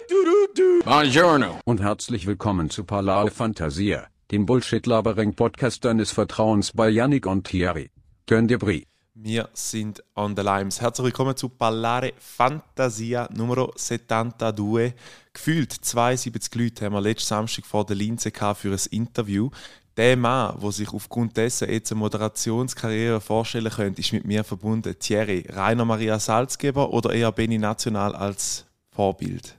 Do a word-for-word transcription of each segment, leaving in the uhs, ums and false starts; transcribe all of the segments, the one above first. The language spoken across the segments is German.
Buongiorno und herzlich willkommen zu Parlare Fantasia, dem Bullshit-Labering-Podcast deines Vertrauens bei Yannick und Thierry. Gönn dir Brie. Wir sind on the limes. Herzlich willkommen zu Parlare Fantasia Nummer zweiundsiebzig. Gefühlt zweiundsiebzig Leute haben wir letzten Samstag vor der Linse für ein Interview. Der Mann, der sich aufgrund dessen jetzt eine Moderationskarriere vorstellen könnte, ist mit mir verbunden. Thierry, Rainer Maria Salzgeber oder eher Benny National als Vorbild?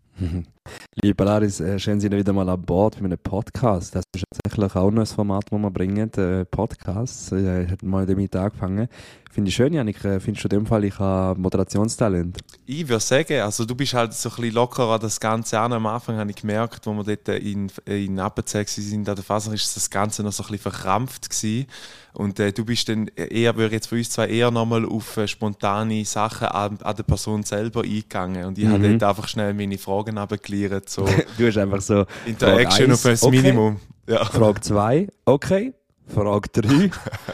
Liebe Laris, äh, schön sind Sie wieder mal an Bord für einen Podcast. Das ist tatsächlich auch noch ein Format, das wir bringen, äh, Podcasts. Ich äh, habe mal damit angefangen. Finde ich schön, Janik. Findest du in dem Fall, ich habe Moderationstalent? Ich würde sagen, also du bist halt so ein bisschen lockerer an das Ganze an. Am Anfang habe ich gemerkt, als wir dort in, in Appenzell waren, an der Fasnacht, ist das Ganze noch so ein bisschen verkrampft gewesen. Und äh, du bist dann eher, würde jetzt für uns zwei eher nochmal auf äh, spontane Sachen an, an der Person selber eingegangen. Und ich mhm. habe dort einfach schnell meine Fragen abgeklärt. So du hast einfach so Interaction auf ein okay. Minimum. Ja. Frage zwei, okay. Frage drei,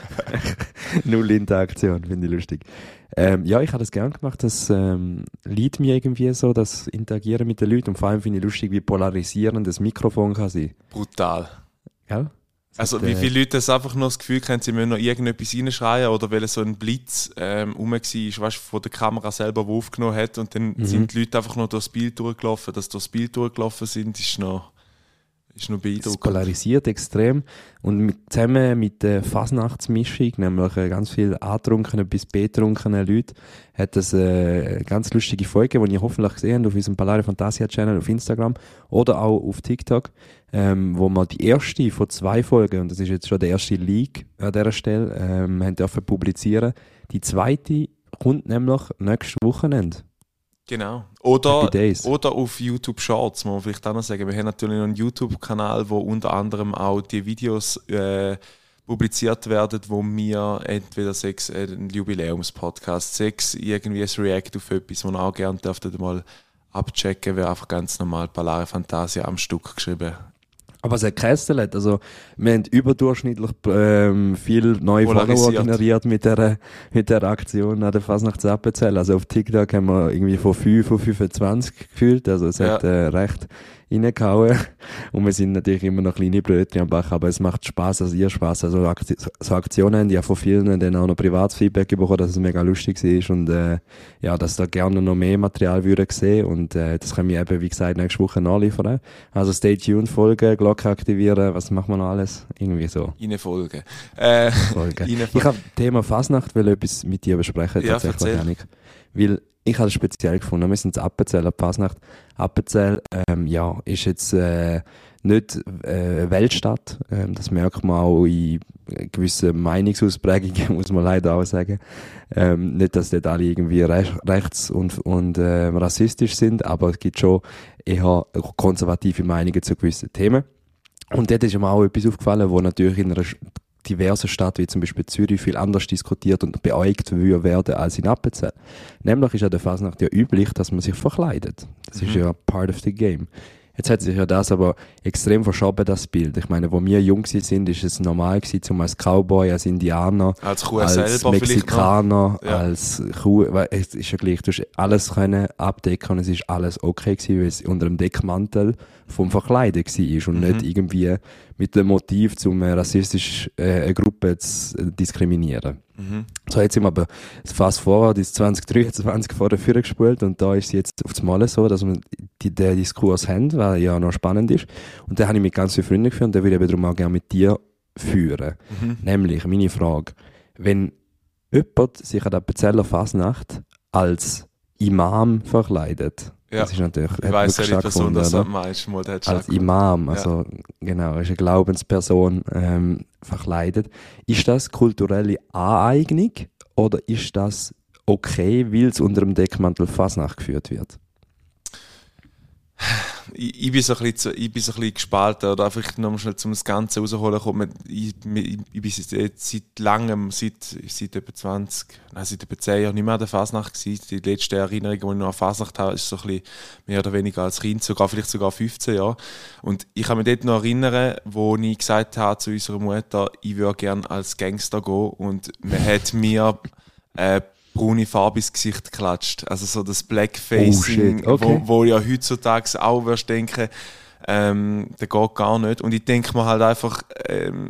null Interaktion, finde ich lustig. Ähm, ja, ich habe das gerne gemacht, das ähm, liegt mir irgendwie so, das Interagieren mit den Leuten, und vor allem finde ich lustig, wie polarisierend das Mikrofon kann sein. Brutal. Gell? Also hat, wie äh, viele Leute das einfach nur das Gefühl haben, sie müssen noch irgendetwas reinschreien oder weil so ein Blitz ähm, rum war, weißt, von der Kamera selber, die aufgenommen hat, und dann mhm. sind die Leute einfach noch durchs Bild durchgelaufen. Dass durchs Bild durchgelaufen sind, ist noch... Ist noch beeindruckend. Es polarisiert extrem. Und mit, zusammen mit der Fasnachtsmischung, nämlich äh, ganz viel antrunkene bis betrunkene Leute, hat es äh, eine ganz lustige Folge, die ihr hoffentlich gesehen habt auf unserem Parlare Fantasia Channel auf Instagram oder auch auf TikTok, ähm, wo wir die erste von zwei Folgen, und das ist jetzt schon der erste Leak an dieser Stelle, ähm, haben dürfen publizieren. Die zweite kommt nämlich nächstes Wochenende. Genau. Oder, oder auf YouTube Shorts, muss man vielleicht auch noch sagen. Wir haben natürlich noch einen YouTube-Kanal, wo unter anderem auch die Videos äh, publiziert werden, wo wir entweder sechs äh, ein Jubiläumspodcast, sechs irgendwie ein React auf etwas, wo ihr auch gerne dürftet mal abchecken, wäre einfach ganz normal Parlare Fantasia am Stück geschrieben. Aber es hat gehästelt, also wir haben überdurchschnittlich ähm, viel neue Follower generiert mit der, mit der Aktion an der Fasnachtsappenzell. Also auf TikTok haben wir irgendwie von fünf auf fünfundzwanzig gefühlt, also es ja. hat äh, recht reingehauen. Und wir sind natürlich immer noch kleine Brötchen am Bach, aber es macht Spass, also ihr Spass. Also Akti- so Aktionen haben die ja von vielen dann auch noch privates Feedback bekommen, dass es mega lustig ist und äh, ja, dass da gerne noch mehr Material würde sehen, und äh, das können wir eben, wie gesagt, nächste Woche nachliefern. Also stay tuned, folgen, Glocke aktivieren, was machen wir noch alles? Irgendwie so. Reine Folge. Äh, Folge. Ich habe Thema Fasnacht, will etwas mit dir besprechen, ja, tatsächlich, Janik. Weil ich habe es speziell gefunden. Wir sind in Appenzell, ab Fasnacht. Appenzell, ähm, ja, ist jetzt äh, nicht äh, Weltstadt. Ähm, das merkt man auch in gewissen Meinungsausprägungen, muss man leider auch sagen. Ähm, nicht, dass dort alle irgendwie rech- rechts und, und äh, rassistisch sind, aber es gibt schon eher konservative Meinungen zu gewissen Themen. Und dort ist mir auch etwas aufgefallen, wo natürlich in einer diverse Stadt, wie zum Beispiel Zürich, viel anders diskutiert und beäugt werden als in Appenzell. Nämlich ist an der Fasnacht ja üblich, dass man sich verkleidet. Das mhm. ist ja part of the game. Jetzt hat sich ja das aber extrem verschoben, das Bild. Ich meine, wo wir jung sind, ist es normal gewesen, zum als Cowboy, als Indianer, als, Kuh als selber Mexikaner, ja. als Kuh. Weil es ist ja gleich, du hast alles können abdecken und es ist alles okay gewesen, weil es unter dem Deckmantel vom Verkleiden war und mhm. nicht irgendwie mit dem Motiv, um eine rassistische äh, eine Gruppe zu äh, diskriminieren. Mhm. So, jetzt sind wir aber fast vorher, das zwanzig dreiundzwanzig vor der Führung gespielt, und da ist es jetzt auf das Mal so, dass wir die, den Diskurs haben, weil ja noch spannend ist. Und den habe ich mit ganz vielen Freunden geführt, und den würde ich wiederum auch gerne mit dir führen. Mhm. Nämlich, meine Frage, wenn jemand sich an der Appenzeller Fasnacht als Imam verkleidet, ja. das ist natürlich, ich weiss ja die Person, das am meisten mal hat als Imam, also ja. genau, ist eine Glaubensperson ähm, verkleidet. Ist das kulturelle Aneignung oder ist das okay, weil es unter dem Deckmantel Fasnacht geführt wird? Ich, ich, bin so ein bisschen, ich bin so ein bisschen gespalten, oder einfach noch schnell zum das Ganze rausholen kommen. Ich, ich, ich bin seit, seit langem, seit, seit etwa zwanzig, nein, seit etwa zehn Jahren nicht mehr an der Fasnacht gewesen. Die letzte Erinnerung, die ich noch an Fasnacht habe, ist so ein bisschen mehr oder weniger als Kind, sogar, vielleicht sogar fünfzehn Jahre. Und ich kann mich dort noch erinnern, wo ich gesagt habe zu unserer Mutter, ich würde gerne als Gangster gehen, und man hat mir äh, braune Farbe ins Gesicht klatscht. Also so das Blackfacing, oh, okay. wo, wo ja heutzutage auch wirst denken, ähm, der geht gar nicht. Und ich denke mir halt einfach, ähm,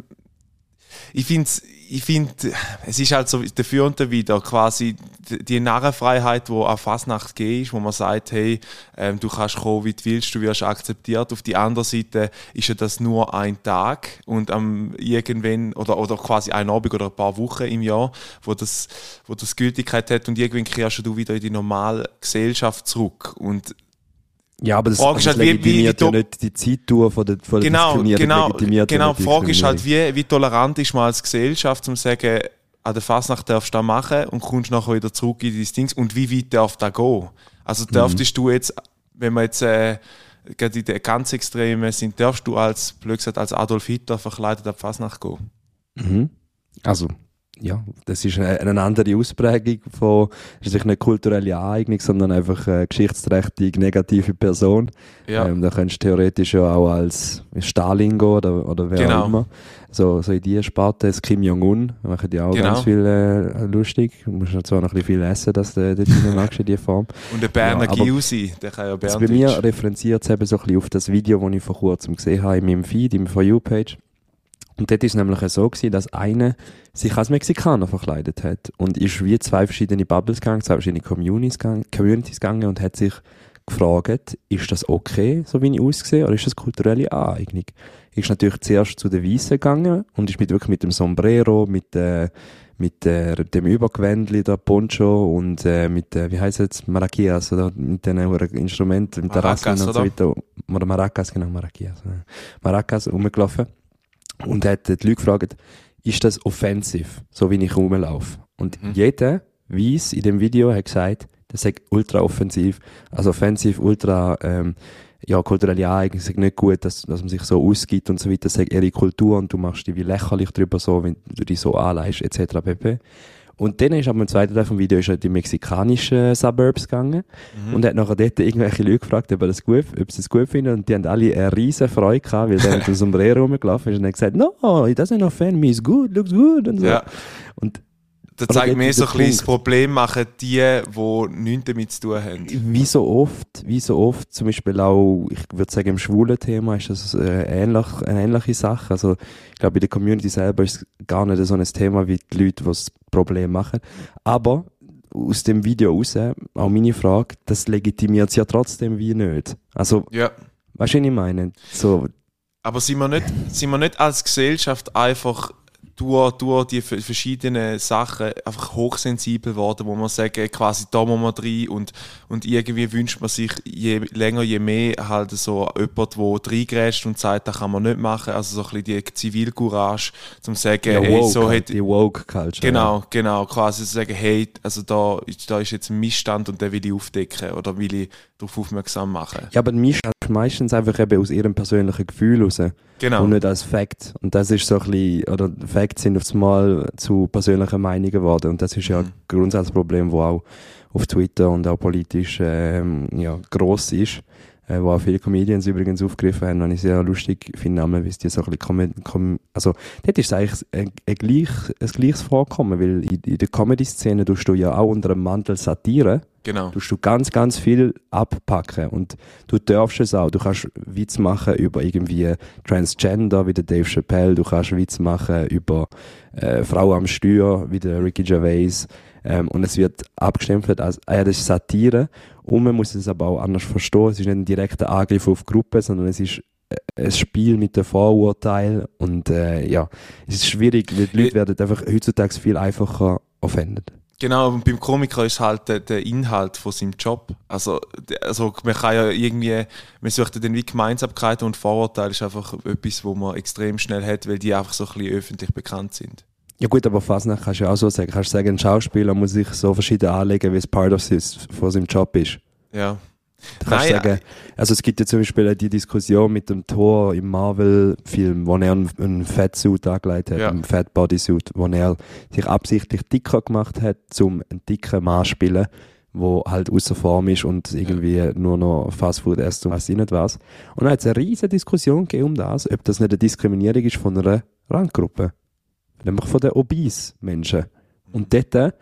ich finde ich find, es ist halt so dafür und wieder quasi die Narrenfreiheit, die an Fasnacht geht, wo man sagt, hey, ähm, du kannst kommen, wie du willst, du wirst akzeptiert. Auf die andere Seite ist ja das nur ein Tag und am irgendwann, oder, oder quasi ein Abend oder ein paar Wochen im Jahr, wo das, wo das Gültigkeit hat und irgendwann kehrst du wieder in die normale Gesellschaft zurück. Und ja, aber das, Frage das ist halt, wie, legitimiert wie, wie ja nicht die Zeitdauer von der, von der genau, Diskriminierung. genau, legitimiert genau. ja Die Frage ist halt, Diskriminierung. wie, wie tolerant ist man als Gesellschaft, um zu sagen, an der Fasnacht darfst du das machen und kommst nachher wieder zurück in dein Ding. Und wie weit darf das gehen? Also dürftest mhm. du jetzt, wenn wir jetzt äh, gerade in den ganz Extremen sind, darfst du als, blöd gesagt, als Adolf Hitler verkleidet an die Fasnacht gehen? Mhm. Also, ja, das ist eine, eine andere Ausprägung von, das ist nicht kulturelle Aneignung, sondern einfach eine geschichtsträchtige negative Person. Ja. Ähm, da könntest du theoretisch ja auch als Stalin gehen oder, oder wer genau. auch immer. So, so in die Sparte, das Kim Jong-un, machen die auch genau. ganz viel äh, lustig. Du musst zwar noch ein bisschen viel essen, dass du dort rein magst in die Form. Und der Berner ja, Gyusi, der kann ja also bei mir referenziert es eben so ein bisschen auf das Video, das ich vor kurzem gesehen habe in meinem Feed, in meiner For You-Page. Und dort war es nämlich so gewesen, dass einer sich als Mexikaner verkleidet hat und ist wie zwei verschiedene Bubbles gegangen, zwei verschiedene Communities gegangen, Communities gegangen und hat sich gefragt, ist das okay, so wie ich aussehe, oder ist das kulturelle Aneignung? Ist natürlich zuerst zu den Weißen gegangen und ist mit, wirklich mit dem Sombrero, mit, äh, mit äh, dem Übergewändli, der Poncho und äh, mit, äh, wie heisst es jetzt, Maraquias, oder mit den Instrumenten, mit der Rasseln und so weiter. Oder Maracas, genau, Maraquias. Maracas rumgelaufen. Und hat die Leute gefragt, ist das offensiv, so wie ich rumlaufe? Und mhm. jeder Weiss in dem Video hat gesagt, das sei ultra offensiv, also offensiv, ultra, ähm, ja, kulturelle Aneignung, ist nicht gut, dass, dass man sich so ausgibt und so weiter, das sei ihre Kultur und du machst dich wie lächerlich drüber so, wenn du dich so anleihst, et cetera pp. Und dann ist aber im zweiten Teil vom Video ist er in die mexikanischen Suburbs gegangen mhm. und hat nachher dort irgendwelche Leute gefragt, ob, er das gut, ob sie es gut finden, und die haben alle eine riesen Freude gehabt, weil der mit dem Sombrero rumgelaufen ist und hat gesagt, no, it doesn't offend me, it's good, looks good und so. Ja. Und das zeigt mir so ein bisschen das Problem machen die, die nichts damit zu tun haben. Wie so oft, wie so oft, zum Beispiel auch, ich würde sagen, im schwulen Thema ist das äh, ähnlich, eine ähnliche Sache. Also, ich glaube, in der Community selber ist es gar nicht so ein Thema wie die Leute, die das Problem machen. Aber aus dem Video raus, auch meine Frage, das legitimiert es ja trotzdem wie nicht. Also, ja. Weißt du, was ich meine? So. Aber sind wir nicht, sind wir nicht als Gesellschaft einfach durch, durch die verschiedenen Sachen einfach hochsensibel geworden, wo man sagen, quasi da muss man rein und, und irgendwie wünscht man sich je länger, je mehr halt so jemand, der reingrätscht und sagt, das kann man nicht machen, also so ein bisschen die Zivilcourage, zum sagen, ja, hey, woke, so halt, hat, die Woke-Culture. Genau, ja. genau, quasi zu sagen, hey, also da, da ist jetzt ein Missstand und den will ich aufdecken oder will ich darauf aufmerksam machen. Ja, aber ein Missstand ist meistens einfach eben aus ihrem persönlichen Gefühl raus. Genau. Und nicht als Fact. Und das ist so ein bisschen, oder Facts sind aufs Mal zu persönlichen Meinungen geworden. Und das ist ja mhm. ein Grundsatzproblem, das auch auf Twitter und auch politisch ähm, ja, gross ist. Äh, wo auch viele Comedians übrigens aufgegriffen haben, und ich sehr lustig finde, wie es die so ein bisschen kom- also, dort ist es eigentlich ein, ein, gleich, ein gleiches Vorkommen, weil in, in der Comedy-Szene tust du ja auch unter einem Mantel Satire. Genau. Du du ganz, ganz viel abpacken und du darfst es auch. Du kannst Witz machen über irgendwie Transgender wie der Dave Chappelle, du kannst Witz machen über äh, Frau am Steuer wie der Ricky Gervais ähm, und es wird abgestempelt als, ah ja, das ist Satire, und man muss es aber auch anders verstehen. Es ist nicht ein direkter Angriff auf die Gruppe, sondern es ist ein Spiel mit den Vorurteilen und äh, ja, es ist schwierig, weil die Leute werden einfach heutzutage viel einfacher offended. Genau, und beim Komiker ist halt der, der Inhalt von seinem Job. Also, also man kann ja irgendwie, man sucht ja dann wie Gemeinsamkeiten, und Vorurteile ist einfach etwas, wo man extrem schnell hat, weil die einfach so ein bisschen öffentlich bekannt sind. Ja gut, aber Fasnacht kannst du ja auch so sagen. Kannst du sagen, ein Schauspieler muss sich so verschieden anlegen, wie es part of his, von seinem Job ist. Ja. Du kannst Nein, sagen, also es gibt ja zum Beispiel die Diskussion mit dem Thor im Marvel-Film, wo er einen, einen Fatsuit angelegt hat, ja. einen Fat Bodysuit, wo er sich absichtlich dicker gemacht hat, um einen dicken Mann zu spielen, der halt außer Form ist und irgendwie ja. nur noch Fastfood isst und weiss ich nicht was. Und dann hat es eine riesige Diskussion gegeben um das, ob das nicht eine Diskriminierung ist von einer Ranggruppe. Nämlich von den Obese-Menschen. Und dort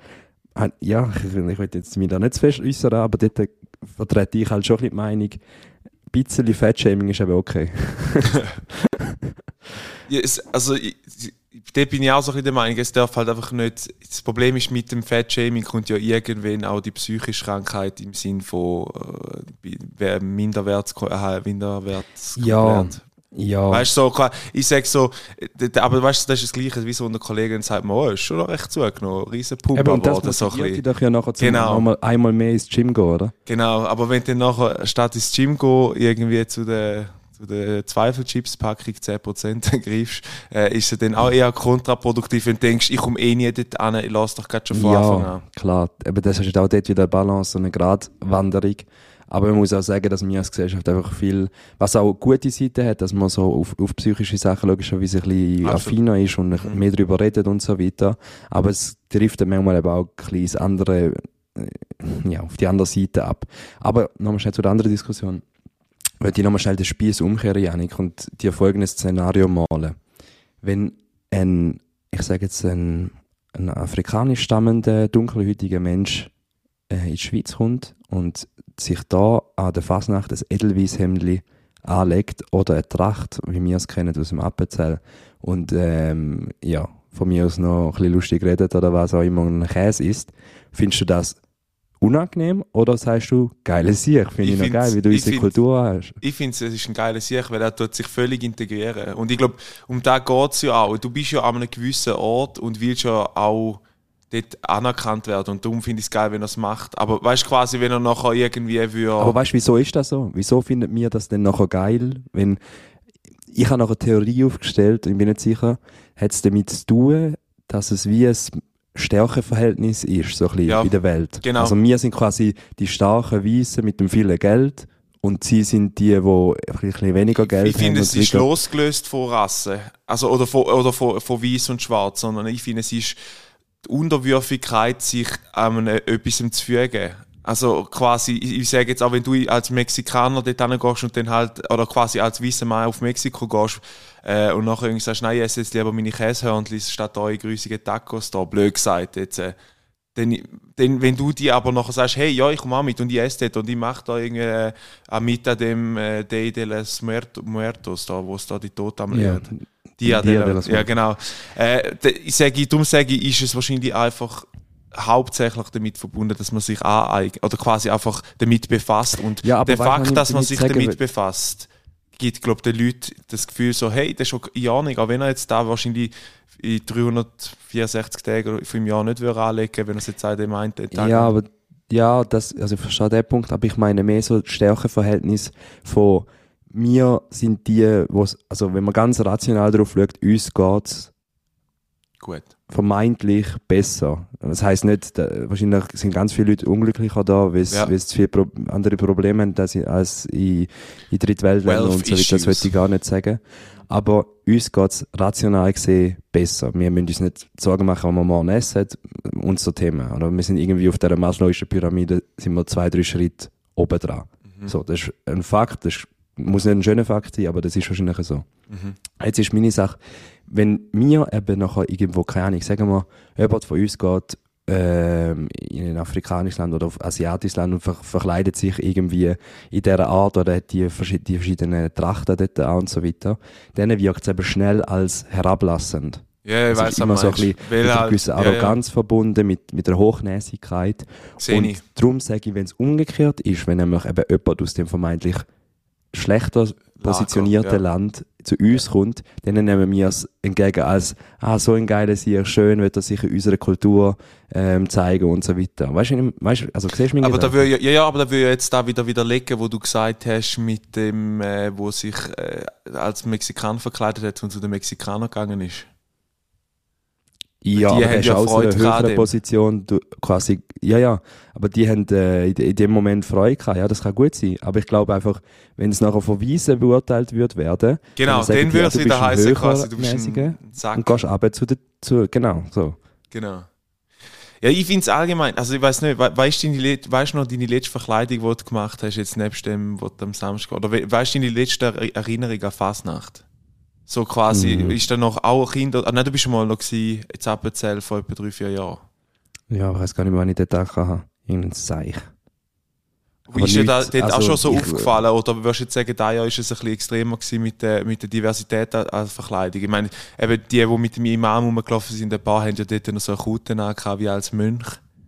ja, ich, ich will jetzt mich da nicht zu fest äußern, aber dort vertrete ich halt schon ein bisschen die Meinung, ein bisschen Fettshaming ist eben okay. Ja, es, also, ich, da bin ich auch so ein bisschen der Meinung, es darf halt einfach nicht, das Problem ist, mit dem Fettshaming kommt ja irgendwann auch die psychische Krankheit im Sinn von äh, Minderwerts, äh, Minderwerts ja, ja. Weißt du, so, ich sage so, aber weißt du, das ist das Gleiche, wie so eine Kollegin sagt, man, oh, ist schon noch recht zugenommen, riesen Pumpe geworden. So die doch ja nachher zum genau. einmal, einmal mehr ins Gym gehen, oder? Genau, aber wenn du dann nachher statt ins Gym gehen, irgendwie zu der der Zweifelchips-Packung zehn Prozent greifst, äh, ist es dann auch eher kontraproduktiv, wenn du denkst, ich komme eh nie dort an, ich lasse doch gerade schon von ja, Anfang an. Klar, aber das ist auch dort wieder eine Balance, so eine Gratwanderung. Aber man muss auch sagen, dass wir als Gesellschaft einfach viel, was auch gute Seiten hat, dass man so auf, auf psychische Sachen logischerweise ein bisschen affiner ist und mhm. mehr darüber redet und so weiter. Aber es trifft dann manchmal eben auch ein bisschen das andere, ja, auf die andere Seite ab. Aber nochmal schnell zu der anderen Diskussion. Würde ich nochmal schnell den Spieß umkehren, Janik, und dir folgendes Szenario malen. Wenn ein, ich sage jetzt, ein, ein afrikanisch stammender, dunkelhäutiger Mensch äh, in die Schweiz kommt und sich da an der Fasnacht ein Edelweisshemdli anlegt oder eine Tracht, wie wir es kennen aus dem Appenzell, und ähm, ja, von mir aus noch ein bisschen lustig redet oder was auch immer, ein Käse isst, findest du das unangenehm oder sagst du, geile Sieg, finde ich, ich noch geil, wie du unsere Kultur hast? Ich finde, es ist ein geiler Sieg, weil er tut sich völlig integrieren. Und ich glaube, um das geht es ja auch. Du bist ja an einem gewissen Ort und willst ja auch dort anerkannt werden. Und darum finde ich es geil, wenn er es macht. Aber weißt du, quasi, wenn er nachher irgendwie würde... Aber weißt du, wieso ist das so? Wieso findet mir das denn nachher geil, wenn... Ich habe noch eine Theorie aufgestellt, ich bin nicht sicher, hat es damit zu tun, dass es wie ein Stärkeverhältnis ist, so ein bisschen ja, in der Welt. Genau. Also wir sind quasi die starken Weißen mit dem vielen Geld und sie sind die, die ein bisschen weniger Geld ich, ich haben. Ich finde, es ist losgelöst von Rassen, also, oder von, oder von, von Weiß und Schwarz, sondern ich finde, es ist die Unterwürfigkeit, sich ähm, etwas zu fügen. Also quasi, ich, ich sage jetzt auch, wenn du als Mexikaner dort hingehst und dann halt, oder quasi als weißer Mann auf Mexiko gehst, Äh, und nachher irgendwie sagst, nein, ich esse jetzt lieber meine Käsehörnchen statt eure grüssigen Tacos da, blöd gesagt jetzt. Äh, dann, dann, wenn du die aber nachher sagst, hey, ja, ich komme auch mit und ich esse das und ich mache da irgendwie äh, mit an dem äh, Day de los Muertos, da, wo es da die Toten am ja. Dia de la, ja, genau. Äh, ich sage, darum sage ich, ist es wahrscheinlich einfach hauptsächlich damit verbunden, dass man sich aneignet, oder quasi einfach damit befasst. Und ja, der Fakt, dass man sich sagen, damit befasst, gibt, glaube ich, den Leuten das Gefühl so, hey, das ist schon in Ordnung, auch wenn er jetzt da wahrscheinlich in dreihundertvierundsechzig Tagen im Jahr nicht anlegen würde, wenn er es jetzt an dem einen Tag... Ja, aber ja, das, also ich verstehe den Punkt, aber ich meine mehr so das Stärkeverhältnis von wir sind die, wo's, also wenn man ganz rational drauf schaut, uns geht es gut. Vermeintlich besser. Das heisst nicht, da, wahrscheinlich sind ganz viele Leute unglücklicher da, weil ja. sie viel Pro- andere Probleme haben als, als in, in Drittweltländern und so weiter. Das wollte ich gar nicht sagen. Aber uns geht es rational gesehen besser. Wir müssen uns nicht Sorgen machen, was wir morgen essen, und so Themen. Oder wir sind irgendwie auf dieser maslowischen Pyramide, sind wir zwei, drei Schritte oben dran. Mhm. So, das ist ein Fakt, das muss nicht ein schöner Fakt sein, aber das ist wahrscheinlich so. Mhm. Jetzt ist meine Sache, wenn wir eben nachher irgendwo, keine Ahnung, sagen wir, jemand von uns geht ähm, in ein afrikanisches Land oder auf ein asiatisches Land und ver- verkleidet sich irgendwie in dieser Art oder hat die, vers- die verschiedenen Trachten dort an und so weiter, dann wirkt es eben schnell als herablassend. Ja, ich das weiss, ist immer so ein bisschen mit einer halt, gewissen Arroganz ja, ja. verbunden, mit, mit einer Hochnäsigkeit. Seh und ich. darum sage ich, wenn es umgekehrt ist, wenn nämlich eben jemand aus dem vermeintlich schlechter positionierten ja. Land zu uns kommt, dann nehmen wir es entgegen als, ah, so ein geiles Sieg, schön, wird er sich in unserer Kultur ähm, zeigen und so weiter. Weißt du, weißt, also siehst du mich aber da will, ja, ja, aber da will ich jetzt da wieder widerlegen, wo du gesagt hast, mit dem, äh, wo sich äh, als Mexikaner verkleidet hat und zu den Mexikanern gegangen ist. Ja, die aber haben ja auch Freude so eine höhere Position, du, quasi, ja, ja, aber die haben äh, in, in dem Moment Freude gehabt, ja, das kann gut sein, aber ich glaube einfach, wenn es nachher von Weisen beurteilt wird werden, genau, dann, dann würde es wieder heißen, quasi, du bist ein Sack. Und gehst runter zu der, zu, genau, so. Genau. Ja, ich finde es allgemein, also ich weiß nicht, we- weißt du weißt noch deine letzte Verkleidung, die du gemacht hast, jetzt nebst dem, was du am Samstag, oder we- weißt du deine letzte Er- Erinnerung an Fasnacht? So quasi, Mhm. ist da noch auch ein Kind, ah, nein, du bist schon mal noch gewesen, jetzt Appenzell vor etwa drei, vier Jahren. Ja, ich weiß gar nicht mehr, wann ich dort gedacht habe. Irgendein Seich. Wie ist dir da dort also, auch schon so ich, aufgefallen? Oder würdest du jetzt sagen, da Jahr ist es ein bisschen extremer gewesen mit der, mit der Diversität an an Verkleidung? Ich meine, eben die, die mit dem Imam rumgelaufen sind, ein paar haben ja dort noch so eine Kutte angehabt wie als Mönch.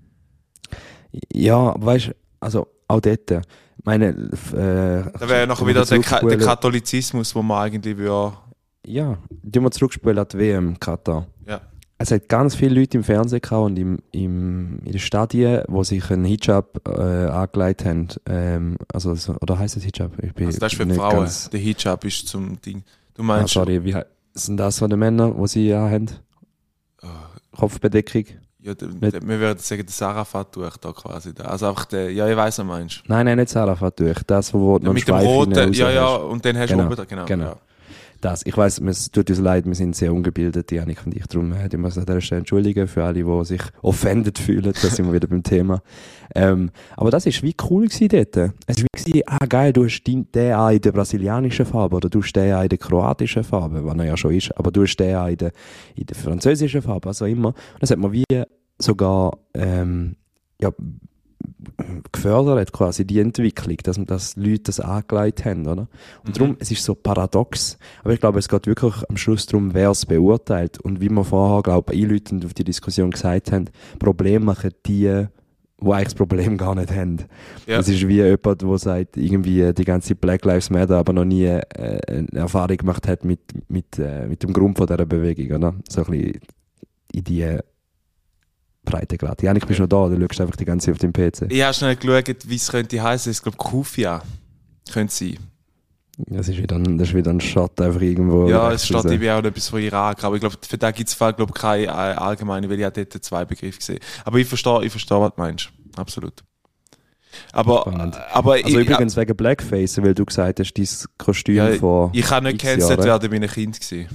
Ja, aber weißt du, also auch dort, ich meine, äh, Da wäre ja nachher wieder der, Ka- der Katholizismus, wo man eigentlich würde. Ja, die wir zurückspielen an die W M Katar. Ja. Es hat ganz viele Leute im Fernsehen gehabt und im, im, in den Stadien, die sich einen Hijab äh, angelegt haben. Ähm, also, so- oder heisst es Hijab? Ich bin Also das ist für die nicht Frauen. ganz- Der Hijab ist zum Ding. Du Ah, meinst. sorry, wie he- sind das so die Männer, die sie anhaben? Kopfbedeckung? Ja, der, Nicht- der, wir würden sagen, der Sarafat-Tuch da quasi. Da. Also einfach der, ja, ich weiss, was du meinst. Nein, nein, nicht Sarafat durch. Das, wo, wo du noch Mit dem Schweif roten, hinten ja, raus ja, hast. und dann hast du Genau, oben, da- genau. genau. Ja. Das, ich weiss, es tut uns leid, wir sind sehr ungebildet, Janik und ich. Darum äh, ich muss an dieser Stelle entschuldigen für alle, die sich offended fühlen. Da sind wir wieder beim Thema. Ähm, aber das war wie cool gewesen dort. Es war wie, gewesen, ah geil, du hast den, den auch in der brasilianischen Farbe oder du hast den auch in der kroatischen Farbe, was er ja schon ist, aber du hast den auch in der, in der französischen Farbe, was auch immer. Und das hat man wie sogar ähm, ja, gefördert, quasi die Entwicklung, dass, dass Leute das angelegt haben, oder? Und Mhm. darum, es ist so paradox, aber ich glaube, es geht wirklich am Schluss darum, wer es beurteilt. Und wie wir vorher, glaube ich, einleitend auf die Diskussion gesagt haben, Probleme machen die, die eigentlich das Problem gar nicht haben. Ja. Es ist wie jemand, der sagt, irgendwie die ganze Black Lives Matter, aber noch nie äh, eine Erfahrung gemacht hat mit, mit, äh, mit dem Grund von dieser Bewegung, oder? So ein bisschen in die Breitengrad. Janik, bist du noch da? Du schaust einfach die ganze Zeit auf dem P C. Ich habe schnell geschaut, wie es könnte heißen. Ich glaube, Kufia könnte sein. Das ist wieder ein, das ist wieder ein Shot einfach irgendwo. Ja, rechts es steht raus. irgendwie auch noch etwas von Irak, aber ich glaube, für da gibt es glaub, keine äh, allgemeine, weil ich habe dort zwei Begriffe gesehen. Aber ich verstehe, ich verstehe, was du meinst. Absolut. Aber, Spannend. aber Also ich, übrigens wegen Blackface, weil du gesagt hast, dein Kostüm ja, von ich kann nicht X gecancelt Jahren. werden, bin ich Kind gewesen.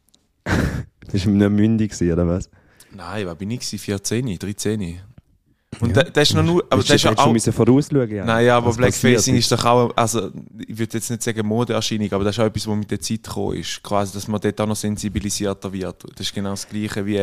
Das war nicht mündig gewesen, oder was? Nein, was bin ich gewesen? vierzehn, dreizehn. Und Ja. da, das ist noch nur, aber Hast das ist du ja hättest schon auch... müssen vorausschauen, ja. Nein, ja, aber was Blackfacing passiert ist doch auch, also ich würde jetzt nicht sagen Modeerscheinung, aber das ist auch etwas, was mit der Zeit gekommen ist. Quasi, dass man dort auch noch sensibilisierter wird. Das ist genau das Gleiche wie...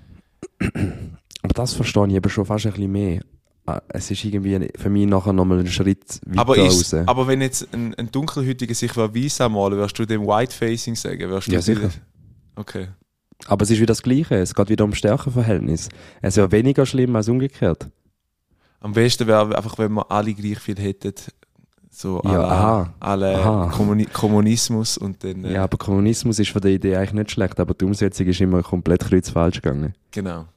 Aber das verstehe ich eben schon fast ein bisschen mehr. Ah, Es ist irgendwie für mich nachher nochmal ein Schritt weiter Aber, ist, raus. aber wenn jetzt ein, ein Dunkelhäutiger sich weiß anmalen, wirst du dem Whitefacing sagen? Wirst du Ja, das sicher. wieder- Okay. Aber es ist wieder das Gleiche. Es geht wieder um Stärkenverhältnis. Es ist ja weniger schlimm als umgekehrt. Am besten wäre einfach, wenn wir alle gleich viel hätten. So Ja, alle, aha. alle Aha. Kommuni Kommunismus und dann... Äh, Ja, aber Kommunismus ist von der Idee eigentlich nicht schlecht, aber die Umsetzung ist immer komplett kreuzfalsch gegangen. Genau.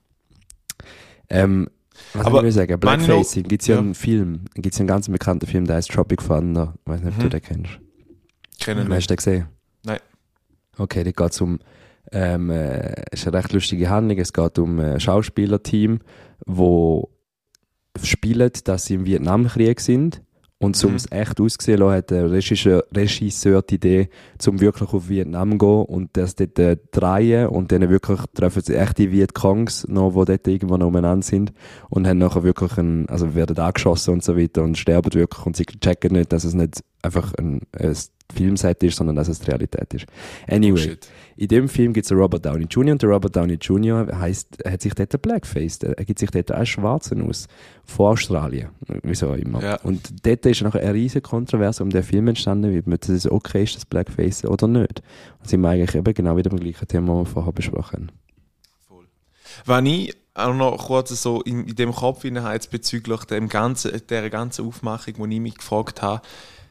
Ähm, was Aber soll ich sagen? meine Blackfacing, gibt es ja, ja. einen Film, gibt es einen ganz bekannten Film, der heißt Tropic Thunder. Ich weiß nicht, ob Mhm. du den kennst. Kennen Hast wir. du den gesehen? Nein. Okay, da geht es um, ähm, äh, es ist eine recht lustige Handlung, es geht um ein Schauspielerteam, wo spielen, dass sie im Vietnamkrieg sind und um Mhm. es echt auszusehen lassen, hat der Regisseur, Regisseur die Idee, zum wirklich auf Vietnam zu gehen und das dort äh, drehen und dann wirklich treffen sie echte Vietcongs noch, die dort irgendwo noch umeinander sind und haben nachher wirklich ein, also werden angeschossen und so weiter und sterben wirklich und sie checken nicht, dass es nicht einfach ein, ein Filmset ist, sondern dass es die Realität ist. Anyway, Bullshit. in dem Film gibt es einen Robert Downey Junior und der Robert Downey Junior heisst, er hat sich dort ein Blackface, er gibt sich dort als Schwarzen aus, von Australien, wieso auch immer. Ja. Und dort ist nachher eine riesige Kontroverse um den Film entstanden, wie man das okay ist, das Blackface oder nicht. Und sind wir eigentlich eben genau wieder beim gleichen Thema, das wir vorher besprochen haben. Wenn ich auch noch kurz so in, in dem Kopf habe, jetzt bezüglich dem ganzen, der ganzen Aufmachung, wo ich mich gefragt habe,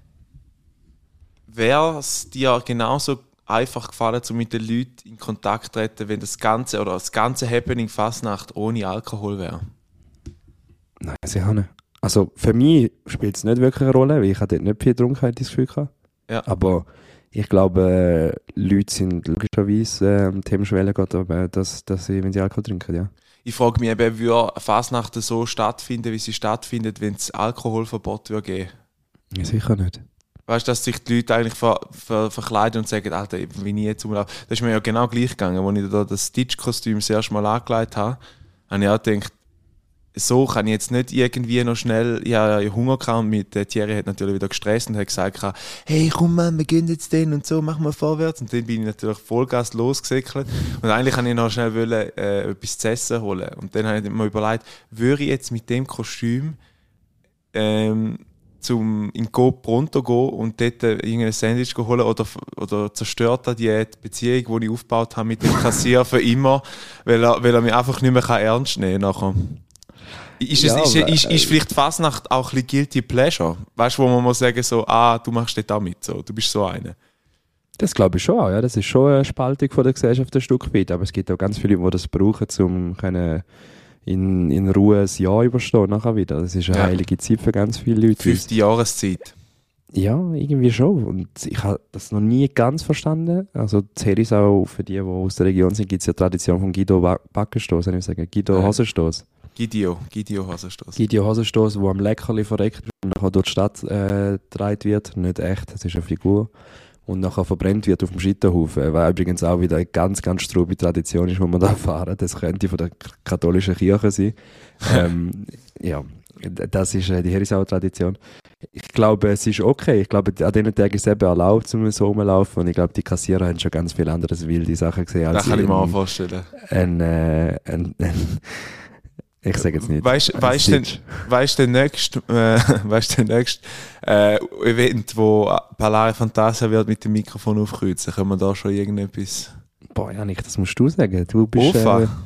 wäre es dir genauso einfach gefallen, um mit den Leuten in Kontakt zu treten, wenn das ganze oder das ganze Happening Fasnacht ohne Alkohol wäre? Nein, sicher nicht. Also für mich spielt es nicht wirklich eine Rolle, weil ich dort nicht viel getrunken habe, das Gefühl gehabt. Ja. Aber ich glaube, äh, Leute sind logischerweise äh, am Themenschwelle geht, aber dass, dass sie, wenn sie Alkohol trinken, ja. Ich frage mich eben, würde Fasnacht so stattfinden, wie sie stattfindet, wenn es Alkoholverbot würde geben? Ja, sicher nicht. Weißt du, dass sich die Leute eigentlich ver, ver, verkleiden und sagen, Alter, wie nie jetzt umlaufen. Das ist mir ja genau gleich gegangen. Als ich da das Stitch-Kostüm das erste Mal angelegt habe, habe ich auch gedacht, so kann ich jetzt nicht irgendwie noch schnell, ich habe Hunger gehabt und mit, äh, Thierry hat natürlich wieder gestresst und hat gesagt, hey komm Mann, wir gehen jetzt den und so, machen wir vorwärts. Und dann bin ich natürlich Vollgas losgesickelt und eigentlich wollte ich noch schnell wollen, äh, etwas zu essen holen. Und dann habe ich mir überlegt, würde ich jetzt mit dem Kostüm ähm, zum in Go Pronto gehen und dort irgendein Sandwich holen oder, oder zerstört er die Beziehung, die ich aufgebaut habe mit dem Kassier für immer, weil er, weil er mich einfach nicht mehr ernst nehmen kann. Ist, es, Ja, ist, aber, ist, ist äh, vielleicht Fasnacht auch ein bisschen Guilty Pleasure? Weißt du, wo man muss sagen, so, ah, du machst dort auch mit, so, du bist so einer. Das glaube ich schon, ja. Das ist schon eine Spaltung von der Gesellschaft ein Stück weit. Aber es gibt auch ganz viele, die das brauchen, um können in, in Ruhe ein Jahr überstehen nachher wieder. Das ist eine Ja. heilige Zeit für ganz viele Leute. Fünfte Jahreszeit. Ja, irgendwie schon. Und ich habe das noch nie ganz verstanden. Also in Herisau, für die, die aus der Region sind, gibt es ja die Tradition von Guido Ba- Backenstoss, ich sagen. Guido Ja. Hosenstoss. Guido, Guido Hasenstoss. Guido Hosenstoss, der am Leckerli verreckt wird und nachher durch die Stadt äh, getragen wird. Nicht echt, das ist eine Figur. Und nachher verbrennt wird auf dem Scheiterhaufen. Was übrigens auch wieder eine ganz, ganz strube Tradition ist, die wir da erfahren. Das könnte von der k- katholischen Kirche sein. ähm, ja, das ist äh, die Herisauer Tradition. Ich glaube, es ist okay. Ich glaube, an diesen Tagen ist es eben erlaubt, um so rumzulaufen. Und ich glaube, die Kassierer haben schon ganz viel anderes wilde Sachen gesehen. Das kann ich mir auch ein, vorstellen. ein, äh, ein, ein ich sage jetzt nicht. Weißt ein weißt du, Stitch. weißt du, der nächste, äh, weißt du, der nächste äh, Event, wo Palare Fantasia wird mit dem Mikrofon aufkreuzen, können wir da schon irgendetwas? Boah, Janik, das musst du sagen. Du bist. Ufa. Äh,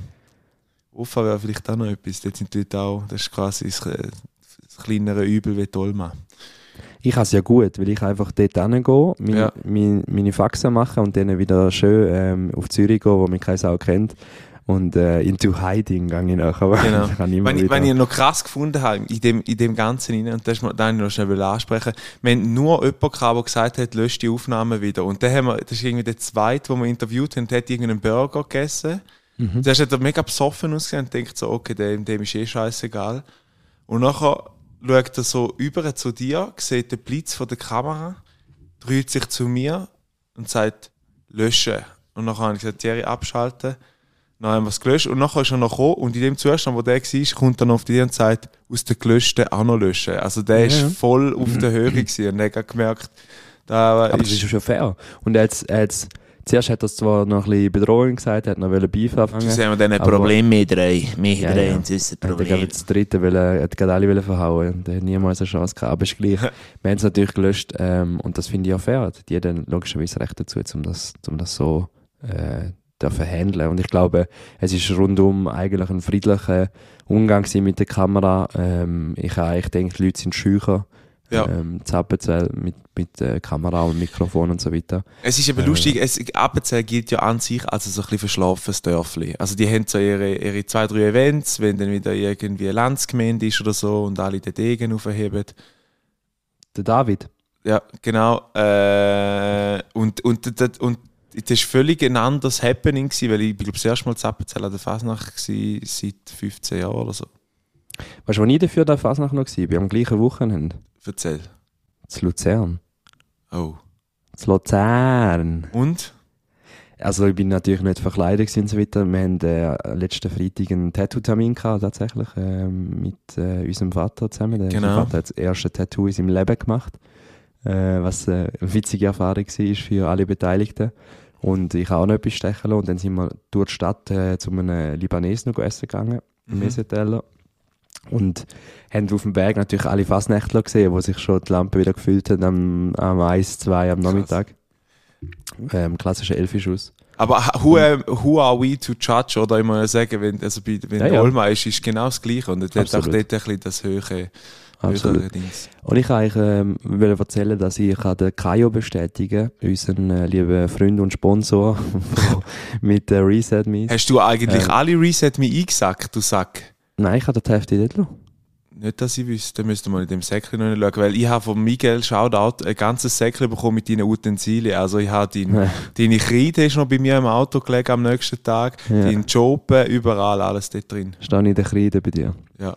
Ufa wäre vielleicht auch noch etwas. Dort sind die Leute auch, das ist quasi das, äh, das kleinere Übel wie Dolma. Ich habe es ja gut, weil ich einfach dort hingehe, meine, Ja. meine, meine Faxen mache und dann wieder schön ähm, auf Zürich gehe, wo mich keine Sau kennt. Und äh, into hiding gehe ich nachher. Genau. Ich kann immer Wenn ich, wieder- wenn ich noch krass gefunden habe, in dem, in dem Ganzen rein, und das ist mir- das wollte ich noch schnell ansprechen, wir haben nur jemanden gehabt, der gesagt hat, löscht die Aufnahmen wieder. Und dann haben wir, das ist irgendwie der zweite, den wir interviewt haben, der hat irgendeinen Burger gegessen. Mhm. Zuerst hat er mega besoffen ausgesehen und denkt so, okay, dem, dem ist eh scheißegal. Und nachher schaut er so über zu dir, sieht den Blitz von der Kamera, dreht sich zu mir und sagt, löschen. Und nachher habe ich gesagt, Thierry, abschalten. Dann haben wir es gelöscht und nachher ist er noch gekommen und in dem Zustand, wo der war, kommt er noch auf die und sagt, aus den Gelöschten auch noch löschen. Also der Ja. war voll auf der Höhe gewesen und er hat gemerkt, da Aber das ist schon fair. Und er hat's, er hat's, zuerst hat er zwar noch ein bisschen Bedrohung gesagt, er hat noch Beef anfangen. jetzt haben wir dann ein Aber- Problem mit drei. Wir Ja, drei ja. haben sonst ein Er hat Problem. gerade das dritte wollen, er hat gerade alle wollen verhauen und er hat niemals eine Chance gehabt. Aber es ist gleich. Wir haben es natürlich gelöscht ähm, und das finde ich auch fair. Die hat dann logischerweise Recht dazu, um das, um das so äh, dürfen handeln. Und ich glaube, es ist rundum eigentlich ein friedlicher Umgang gewesen mit der Kamera. Ähm, ich habe eigentlich gedacht, die Leute sind schücher. Ja. Ähm, zu Appenzell mit, mit äh, Kamera und Mikrofon und so weiter. Es ist eben Äh. lustig, es, Appenzell gilt ja an sich als so ein bisschen verschlafenes Dörfli. Also die haben so ihre, ihre zwei, drei Events, wenn dann wieder irgendwie eine Landsgemeinde ist oder so und alle den Degen aufheben. Der David. Ja, genau. Äh, und, und, und, und das war völlig ein anderes Happening, gewesen, weil ich, ich glaube, das erste Mal zu Appenzell an der Fasnacht war, seit fünfzehn Jahren oder so. Weißt du, wo ich dafür der Fasnacht noch war? Am gleichen Wochenende. Erzähl. Zu Luzern. Oh. Zu Luzern. Und? Also ich bin natürlich nicht verkleidet gewesen und so weiter. Wir haben äh, letzten Freitag einen Tattoo-Termin gehabt, tatsächlich, ähm, mit äh, unserem Vater zusammen. Der, Genau. Unser Vater hat das erste Tattoo in seinem Leben gemacht, äh, was äh, eine witzige Erfahrung war für alle Beteiligten. Und ich habe auch noch etwas stechen lassen. Und dann sind wir durch die Stadt äh, zu einem Libanesen noch essen gegangen, im Mhm. Meseteller. Und haben auf dem Weg natürlich alle Fasnächtler gesehen, die sich schon die Lampe wieder gefüllt haben am, am eins, zwei am Nachmittag. Ähm, klassischer Elfischuss. Aber who, am- who are we to judge? Oder ich muss sagen, wenn, also bei, wenn Ja, ja. Olma ist, ist genau das Gleiche. Und er hat auch Absolut. dort ein bisschen das höhere, Absolut. höhere Dings. Und ich wollte eigentlich ähm, wollte erzählen, dass ich kann den Kajo bestätigen, unseren äh, lieben Freund und Sponsor mit äh, Reset Me. Hast du eigentlich Ähm. alle Reset Me eingesackt, du Sack? Nein, ich habe die Hälfte nicht lassen. Nicht, dass ich wüsste, dann müsste man in dem Säckchen noch schauen, weil ich habe von Miguel Shoutout ein ganzes Säckchen bekommen mit deinen Utensilien. Also ich habe dein, deine Kreide ist noch bei mir im Auto gelegen am nächsten Tag, Ja. dein Jopen, überall alles dort drin. Stehe ich in der Kreide bei dir. Ja.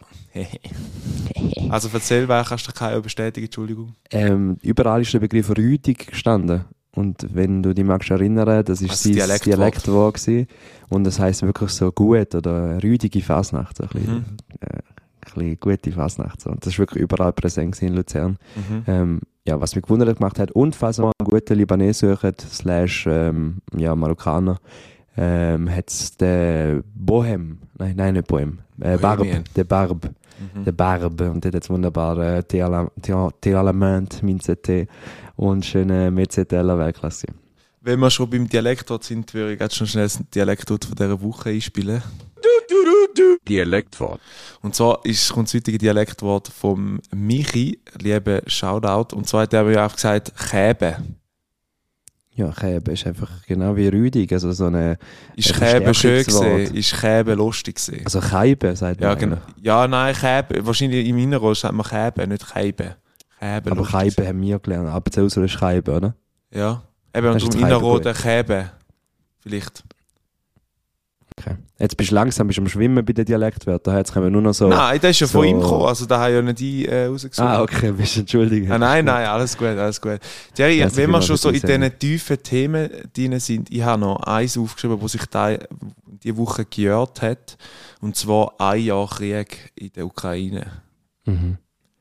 Also erzähl, wer kannst du keine bestätigen, Entschuldigung. Ähm, überall ist der Begriff Rüdig gestanden. Und wenn du dich magst erinnern, das ist Also sein Dialektwort. Dialektwort gewesen. Und das heisst wirklich so gut oder rüdige Fasnacht. So ein bisschen. Mhm. Äh, bisschen gute Fasnacht. So. Und das ist wirklich überall präsent in Luzern. Mhm. Ähm, ja, was mich gewundert gemacht hat. Und falls ihr mal einen guten Libanese sucht, slash ähm, ja, Marokkaner, ähm, hat es den Bohem, nein, nein, nicht Bohem, äh, Barb, Bohemian. der Barb, Mhm. der Barb. Und der hat jetzt wunderbare Tee à la- Tee à- Tee à la Menthe, Minze-Tee und schöne Mezzatella Weltklasse. Wenn wir schon beim Dialektwort sind, würde ich jetzt schon schnell das Dialektwort von dieser Woche einspielen. Dialektwort. Und zwar ist, kommt das heutige Dialektwort vom Michi, liebe Shoutout, und zwar hat er mir einfach gesagt, Käbe. Ja, Käbe ist einfach genau wie Rüdig, also so eine... Ist ein Käbe schön Verstärkungswort. gesehen? Ist Käbe lustig gesehen? Also Käbe, sagt Ja, man. genau. Ja, nein, Käbe. Wahrscheinlich im Inneren sagt man Käbe, nicht Käbe. Käbe Aber lustig Käbe gesehen. haben wir gelernt, aber zu Hause ist Käbe, oder? Ja. Eben, Das und ist im das Käbe Inneren gut. der Käbe. Vielleicht. Okay. Jetzt bist du langsam bist du am Schwimmen bei den Dialektwörtern, jetzt kommen wir nur noch so... Nein, das ist ja so- von ihm gekommen, also da habe ich ja nicht ich äh, rausgesucht. Ah, okay, bist du entschuldigt. Ah, nein, nein, alles gut, alles gut. Jerry, Herzlich wenn wir willkommen schon so in bei dieser diesen tiefen Themen drin sind, ich habe noch eins aufgeschrieben, das sich da diese Woche gejährt hat, und zwar ein Jahr Krieg in der Ukraine. Mhm.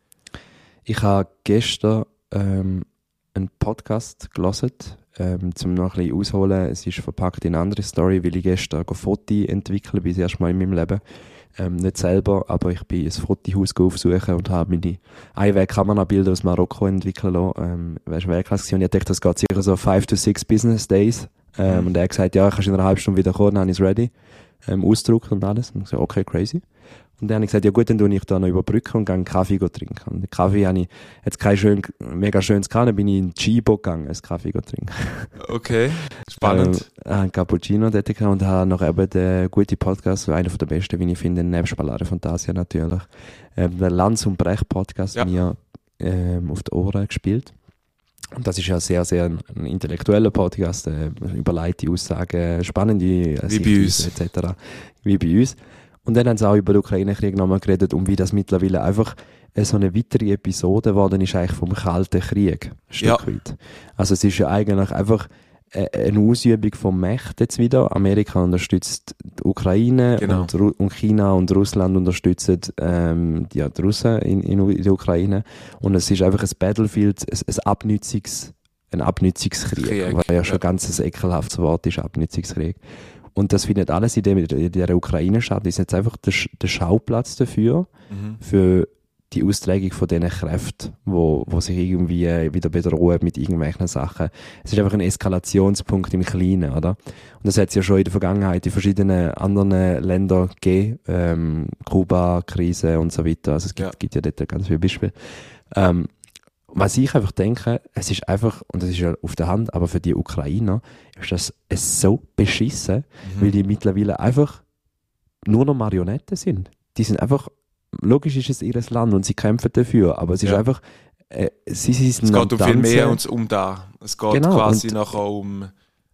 Ich habe gestern ähm, einen Podcast gelesen, ähm, zum noch ein bisschen ausholen. Es ist verpackt in eine andere Story, weil ich gestern ein Foto entwickeln bin, das erste Mal in meinem Leben. Ähm, nicht selber, aber ich bin ein Fotohaus aufsuchen und habe meine Einweg-Kamerabilder aus Marokko entwickeln lassen. Ähm, weißt du, Weltklasse gewesen. Und ich dachte, das geht sicher so five to six Business Days. Ähm, Mhm. Und er hat gesagt, ja, kannst in einer halben Stunde wieder kommen, dann habe ich es ready. Ähm, ausgedruckt und alles. Und ich so, okay, crazy. Und dann habe ich gesagt, ja gut, dann tue ich da noch überbrücken und gehe einen Kaffee trinken. Und den Kaffee habe ich jetzt kein schön, mega schönes gehabt, dann bin ich in Chibo gegangen, einen Kaffee trinken. Okay, spannend. Ähm, einen Cappuccino dort gehabt und habe noch eben den guten Podcast, einer der besten, wie ich finde, nebst Ballare Fantasia natürlich, ähm, den Lanz und Brecht Podcast Ja. mir ähm, auf die Ohren gespielt. Und das ist ja sehr, sehr ein, ein intellektueller Podcast, äh, überleitete Aussagen, spannende äh, Wie bei uns. Sichtweisen et cetera. Wie bei uns. Und dann haben sie auch über den Ukraine-Krieg nochmal geredet und wie das mittlerweile einfach äh, so eine weitere Episode geworden ist eigentlich vom Kalten Krieg, ein Stück Ja. weit. Also es ist ja eigentlich einfach äh, eine Ausübung von Macht jetzt wieder. Amerika unterstützt die Ukraine Genau. und, Ru- und China und Russland unterstützen ähm, die, ja, die Russen in, in, U- in der Ukraine. Und es ist einfach ein Battlefield, ein, ein Abnützungs, ein Abnützungskrieg, Krieg, weil ja schon ja. ganz ein ekelhaftes Wort ist, Abnützungskrieg. Und das findet alles in, dem, in der Ukraine statt. Das ist jetzt einfach der, Sch- der Schauplatz dafür, Mhm. für die Austragung von diesen Kräften, wo, wo sich irgendwie äh, wieder bedrohen mit irgendwelchen Sachen. Es ist einfach ein Eskalationspunkt im Kleinen, oder? Und das hat es ja schon in der Vergangenheit in verschiedenen anderen Ländern gegeben, ähm, Kuba, Krise und so weiter. Also es gibt, Ja. gibt ja dort ganz viele Beispiele. Ähm, was ich einfach denke, es ist einfach, und das ist ja auf der Hand, aber für die Ukrainer ist das es so beschissen, Mhm. weil die mittlerweile einfach nur noch Marionetten sind. Die sind einfach, logisch ist es ihr Land und sie kämpfen dafür, aber es ist Ja. einfach, äh, sie, sie sind Es am geht um viel mehr Tanzen. und um da. Es geht Genau, quasi und- nachher um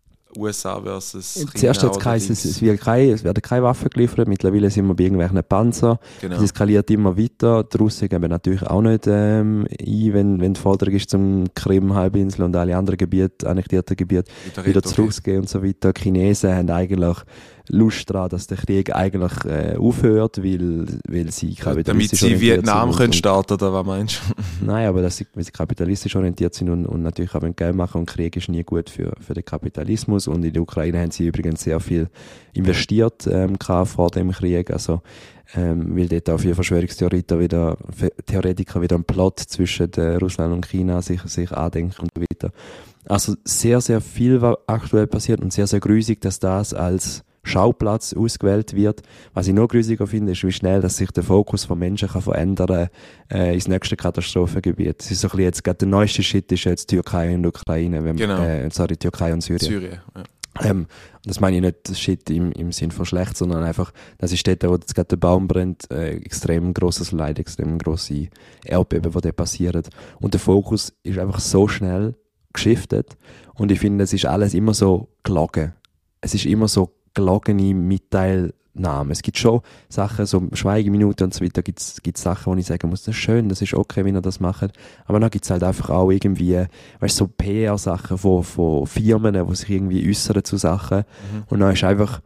U S A versus China. Zuerst hat es oder geheißen, es, Dings. es, wird keine, es werden keine Waffen geliefert, mittlerweile sind wir bei irgendwelchen Panzer. Genau. Es eskaliert immer weiter. Die Russen geben natürlich auch nicht ähm, ein, wenn, wenn die Forderung ist zum Krim-Halbinsel und alle anderen Gebiete, annektierten Gebiete, Wieder wieder retour- zurückzugehen und so weiter. Die Chinesen haben eigentlich Lust daran, dass der Krieg eigentlich äh, aufhört, weil, weil sie Damit kapitalistisch sie orientiert Vietnam sind können und, starten, oder was meinst du? und, Nein, aber dass sie, weil sie kapitalistisch orientiert sind und, und natürlich auch Geld machen und Krieg ist nie gut für, für den Kapitalismus und in der Ukraine haben sie übrigens sehr viel investiert ähm, gehabt vor dem Krieg, also ähm, weil dort auch viele Verschwörungstheoretiker wieder, Theoretiker wieder einen Plot zwischen äh, Russland und China sich, sich andenken und so weiter. Also sehr, sehr viel, was aktuell passiert und sehr, sehr grusig, dass das als Schauplatz ausgewählt wird. Was ich noch grusiger finde, ist, wie schnell dass sich der Fokus von Menschen kann verändern äh, ins nächste Katastrophengebiet. Es ist so ein bisschen jetzt, gerade der neueste Shit ist jetzt Türkei und Ukraine, wenn, Genau. äh, sorry, Türkei und Syrien. Syrien. Ja. Ähm, das meine ich nicht das Shit im, im Sinn von schlecht, sondern einfach, das ist dort, wo jetzt gerade der Baum brennt, äh, extrem grosses Leid, extrem grosse Erdbeben, die dort passieren. Und der Fokus ist einfach so schnell geschiftet und ich finde, es ist alles immer so gelogen. Es ist immer so gelogene Mitteilnahmen. Es gibt schon Sachen, so Schweigeminuten und so weiter, gibt es Sachen, wo ich sagen muss, das ist schön, das ist okay, wenn ihr das macht. Aber dann gibt es halt einfach auch irgendwie, weißt du, so P R-Sachen von, von Firmen, die sich irgendwie äußern zu Sachen. Mhm. Und dann ist einfach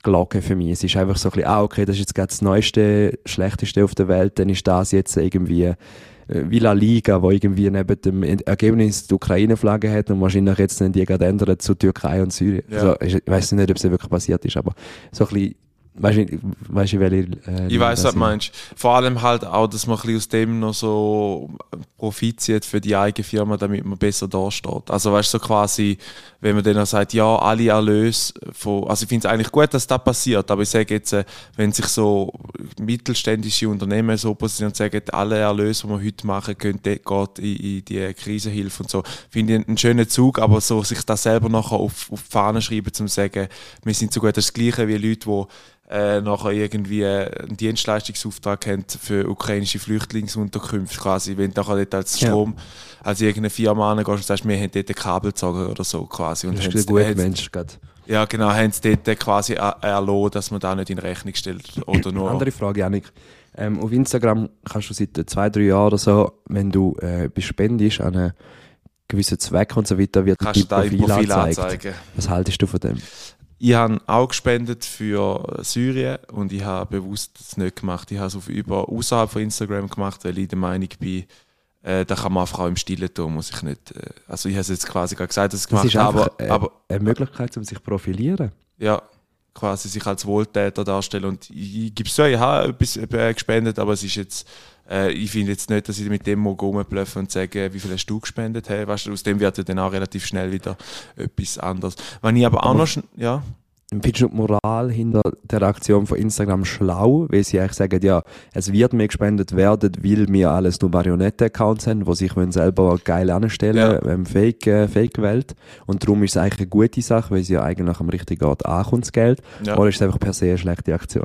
Glocke für mich. Es ist einfach so ein bisschen, ah, okay, das ist jetzt gerade das Neueste, Schlechteste auf der Welt, dann ist das jetzt irgendwie äh, wie La Liga, wo irgendwie neben dem Ergebnis die Ukraine-Flagge hat und wahrscheinlich jetzt dann die gerade ändern zu Türkei und Syrien. Ja. Also, ich weiß nicht, ob es wirklich passiert ist, aber so ein bisschen, weißt du, weißt du, welche äh, Ich weiss, was du das meinst. Vor allem halt auch, dass man ein bisschen aus dem noch so Profit zieht für die eigene Firma, damit man besser dasteht. Also weißt du, so quasi, wenn man dann auch sagt, ja, alle Erlöse von, also ich finde es eigentlich gut, dass das passiert, aber ich sage jetzt, äh, wenn sich so mittelständische Unternehmen so positionieren und sagen, alle Erlöse, die wir heute machen, gehen geht in, in die Krisenhilfe und so, finde ich einen schönen Zug, aber so sich das selber nachher auf, auf die Fahne schreiben, um zu sagen, wir sind so gut, das ist das Gleiche wie Leute, die äh, nachher irgendwie einen Dienstleistungsauftrag haben für ukrainische Flüchtlingsunterkünfte quasi, wenn du nachher dort als Strom, ja. als irgendeine Firma angehst und sagst, wir haben dort ein Kabel gezogen oder so quasi. Und das ist ein guter Mensch gerade. Ja genau, haben sie dort quasi erlassen, dass man da nicht in Rechnung stellt. Oder nur andere Frage, Janik. Ähm, auf Instagram kannst du seit zwei, drei Jahren oder so, wenn du äh, spendest an einen gewissen Zweck und so weiter, wird kannst dein Profil, Profil angezeigt. anzeigen. Was haltest du von dem? Ich habe auch gespendet für Syrien und ich habe bewusst das nicht gemacht. Ich habe es auf über außerhalb von Instagram gemacht, weil ich der Meinung bin, äh, da kann man einfach auch im Stillen tun, muss ich nicht. Äh, also ich habe es jetzt quasi gerade gesagt, dass ich es gemacht habe, aber, äh, aber eine Möglichkeit, um sich zu profilieren. Ja, quasi sich als Wohltäter darstellen. Und ich, ich gebe es so, ich habe etwas äh, gespendet, aber es ist jetzt, äh, ich finde jetzt nicht, dass ich mit dem rumblöffe und sage, wie viel hast du gespendet? Hey, weißt du, aus dem wird ja dann auch relativ schnell wieder etwas anderes. Wenn ich aber auch noch, ja. Findest du die Moral hinter der Aktion von Instagram schlau, weil sie eigentlich sagen, ja, es wird mir gespendet werden, weil wir alles nur Marionette-Accounts haben, die sich selber geil anstellen, ja. ähm, Fake, äh, Fake-Welt. Und darum ist es eigentlich eine gute Sache, weil sie ja eigentlich am richtigen Ort ankommt, das Geld. Ja. Oder ist es einfach per se eine schlechte Aktion?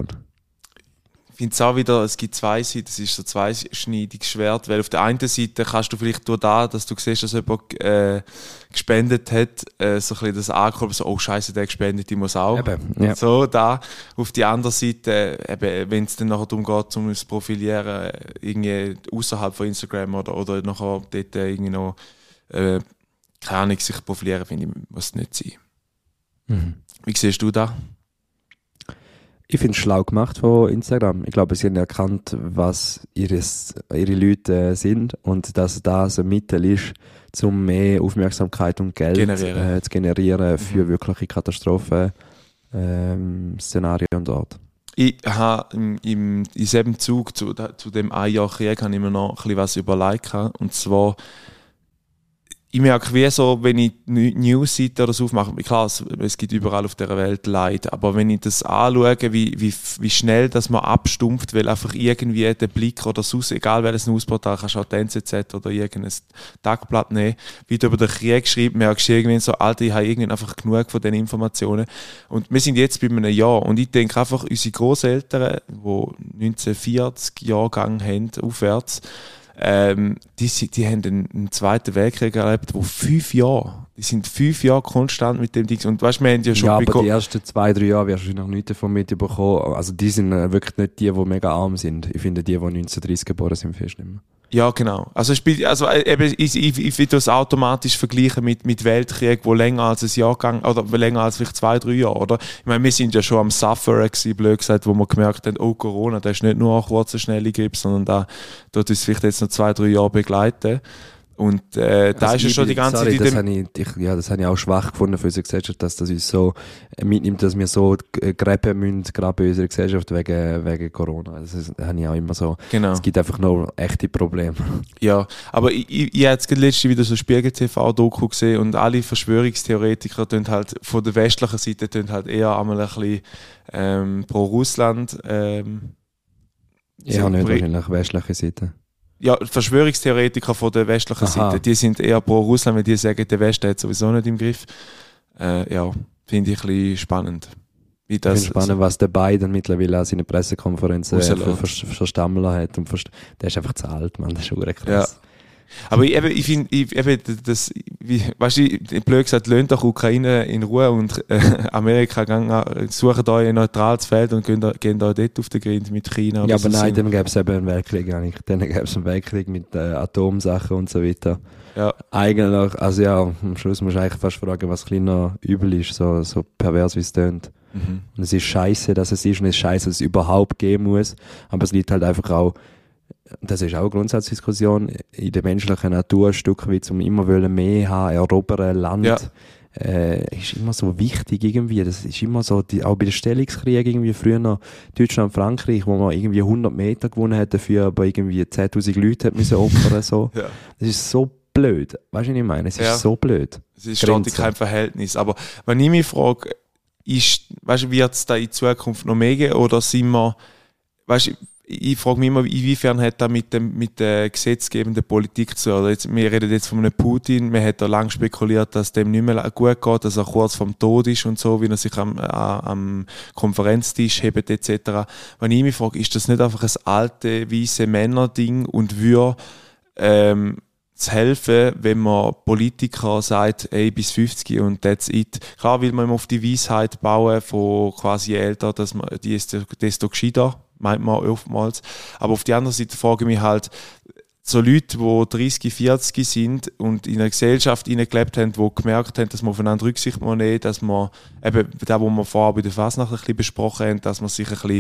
Ich finde es auch wieder, es gibt zwei Seiten, es ist so ein zweischneidiges Schwert, weil auf der einen Seite kannst du vielleicht durch da, dass du siehst, dass jemand äh, gespendet hat, äh, so ein bisschen das ankommen, so, oh Scheiße, der gespendet, ich muss auch. Eben, ja. So, da. Auf die andere Seite, eben, wenn es dann nachher darum geht, um das Profilieren, irgendwie außerhalb von Instagram oder, oder nachher dort irgendwie noch, äh, keine Ahnung, sich profilieren, finde ich, muss nicht sein. Mhm. Wie siehst du das? Ich finde es schlau gemacht von Instagram. Ich glaube, sie haben erkannt, was ihres, ihre Leute äh, sind und dass das ein Mittel ist, um mehr Aufmerksamkeit und Geld generieren. Äh, zu generieren mhm. für wirkliche Katastrophen-Szenarien ähm, dort. Ich habe im, im, in diesem Zug zu, zu dem ein Jahr Krieg habe ich mir noch ein bisschen was überlegt. Und zwar, ich merke wie so, wenn ich News-Seiten oder so aufmache, klar, es, es gibt überall auf der Welt Leid, aber wenn ich das anschaue, wie, wie, wie schnell das man abstumpft, weil einfach irgendwie der Blick oder sonst, egal welches Newsportal, kannst du auch die N Z Z oder irgendein Tagblatt nehmen, wie du über den Krieg schreibst, merkst du irgendwie so, Alter, ich habe irgendwie einfach genug von diesen Informationen. Und wir sind jetzt bei einem Jahr und ich denke einfach, unsere Grosseltern, die neunzehnhundertvierzig Jahrgang haben, aufwärts, Ähm, die, die haben einen, einen Zweiten Weltkrieg erlebt, wo fünf Jahre, die sind fünf Jahre konstant mit dem Ding. Und weißt, wir haben ja schon ja, aber die ersten zwei, drei Jahre wirst du noch nichts davon mitbekommen. Also die sind wirklich nicht die, die mega arm sind. Ich finde, die, die neunzehnhundertdreißig geboren sind, viel schlimmer. Ja, genau. Also, ich, also eben, ich, ich, ich will das automatisch vergleichen mit, mit Weltkrieg, wo länger als ein Jahr gegangen, oder länger als vielleicht zwei, drei Jahre, oder? Ich meine, wir sind ja schon am Sufferen gewesen, blöd gesagt, wo wir gemerkt haben, oh, Corona, das ist nicht nur eine kurze, schnelle Grippe, sondern da tut uns vielleicht jetzt noch zwei, drei Jahre begleiten. Und äh, da also ist ja schon die ganze sorry, Zeit... Das habe ich, ich, ja, das habe ich auch schwach gefunden für unsere Gesellschaft, dass das uns so mitnimmt, dass wir so gräben müssen, gerade bei unserer Gesellschaft, wegen, wegen Corona. Das, ist, das habe ich auch immer so. Genau. Es gibt einfach noch echte Probleme. Ja, aber ich, ich, ich habe jetzt letztens wieder so Spiegel-T V-Doku gesehen und alle Verschwörungstheoretiker tun halt von der westlichen Seite tun halt eher einmal ein bisschen ähm, pro Russland. Ähm, ja, so nicht wahrscheinlich westliche Seite. Ja, Verschwörungstheoretiker von der westlichen Aha. Seite, die sind eher pro Russland, weil die sagen, der Westen hat sowieso nicht im Griff. Äh, ja, finde ich ein bisschen spannend. Wie das, ich finde spannend, was der Biden mittlerweile an seinen Pressekonferenzen äh, ver, ver, verstammeln hat. Und verst- der ist einfach zu alt, man, das ist schon krass. Aber ich, eben, ich finde, ich, eben, das, wie, weißt du, blöd gesagt, löhnt doch Ukraine in Ruhe und äh, Amerika gehen, suchen da ein neutrales Feld und gehen da, gehen da dort auf den Grind mit China. Ja, aber so nein, sind. dann gäbe es eben einen Weltkrieg eigentlich. Dann gäbe es einen Weltkrieg mit äh, Atomsachen und so weiter. Ja. Eigentlich, also ja, am Schluss musst du eigentlich fast fragen, was kleiner übel ist, so, so pervers wie es tönt. Mhm. Und es ist scheiße, dass es ist und es ist scheiße, dass es überhaupt geben muss. Aber es liegt halt einfach auch, das ist auch eine Grundsatzdiskussion, in der menschlichen Natur ein Stück weit, um immer wollen mehr haben, erobern, Land. Ja. Äh, ist immer so wichtig irgendwie. Das ist immer so, die, auch bei den Stellungskriegen irgendwie früher noch Deutschland, Frankreich, wo man irgendwie hundert Meter gewonnen hat, dafür aber irgendwie zehntausend Leute hat müssen opfern, so. Ja. Das ist so blöd. Weißt du, was ich meine? Es ist Ja. so blöd. Es ist steht in keinem Verhältnis. Aber wenn ich mich frage, ist, weißt du, wird es da in Zukunft noch mehr geben oder sind wir, weißt du, ich frage mich immer, inwiefern hat das mit, dem, mit der gesetzgebenden Politik zu tun. Jetzt, wir reden jetzt von einem Putin, man hat da lange spekuliert, dass dem nicht mehr gut geht, dass er kurz vorm Tod ist und so, wie er sich am, am Konferenztisch hebt et cetera. Wenn ich mich frage, ist das nicht einfach ein alte, weisse Männer-Ding und würde ähm, zu helfen, wenn man Politiker sagt, ey, bis fünfzig und that's it. Klar will man immer auf die Weisheit bauen von quasi älter, dass man, die ist desto gescheiter, meint man oftmals. Aber auf die andere Seite frage ich mich halt, so Leute, die dreißig, vierzig sind und in einer Gesellschaft hineingelebt haben, die gemerkt haben, dass man aufeinander Rücksicht nehmen muss, dass man, eben, das, was wir vorher bei der Fasnacht ein bisschen besprochen haben, dass man sich ein bisschen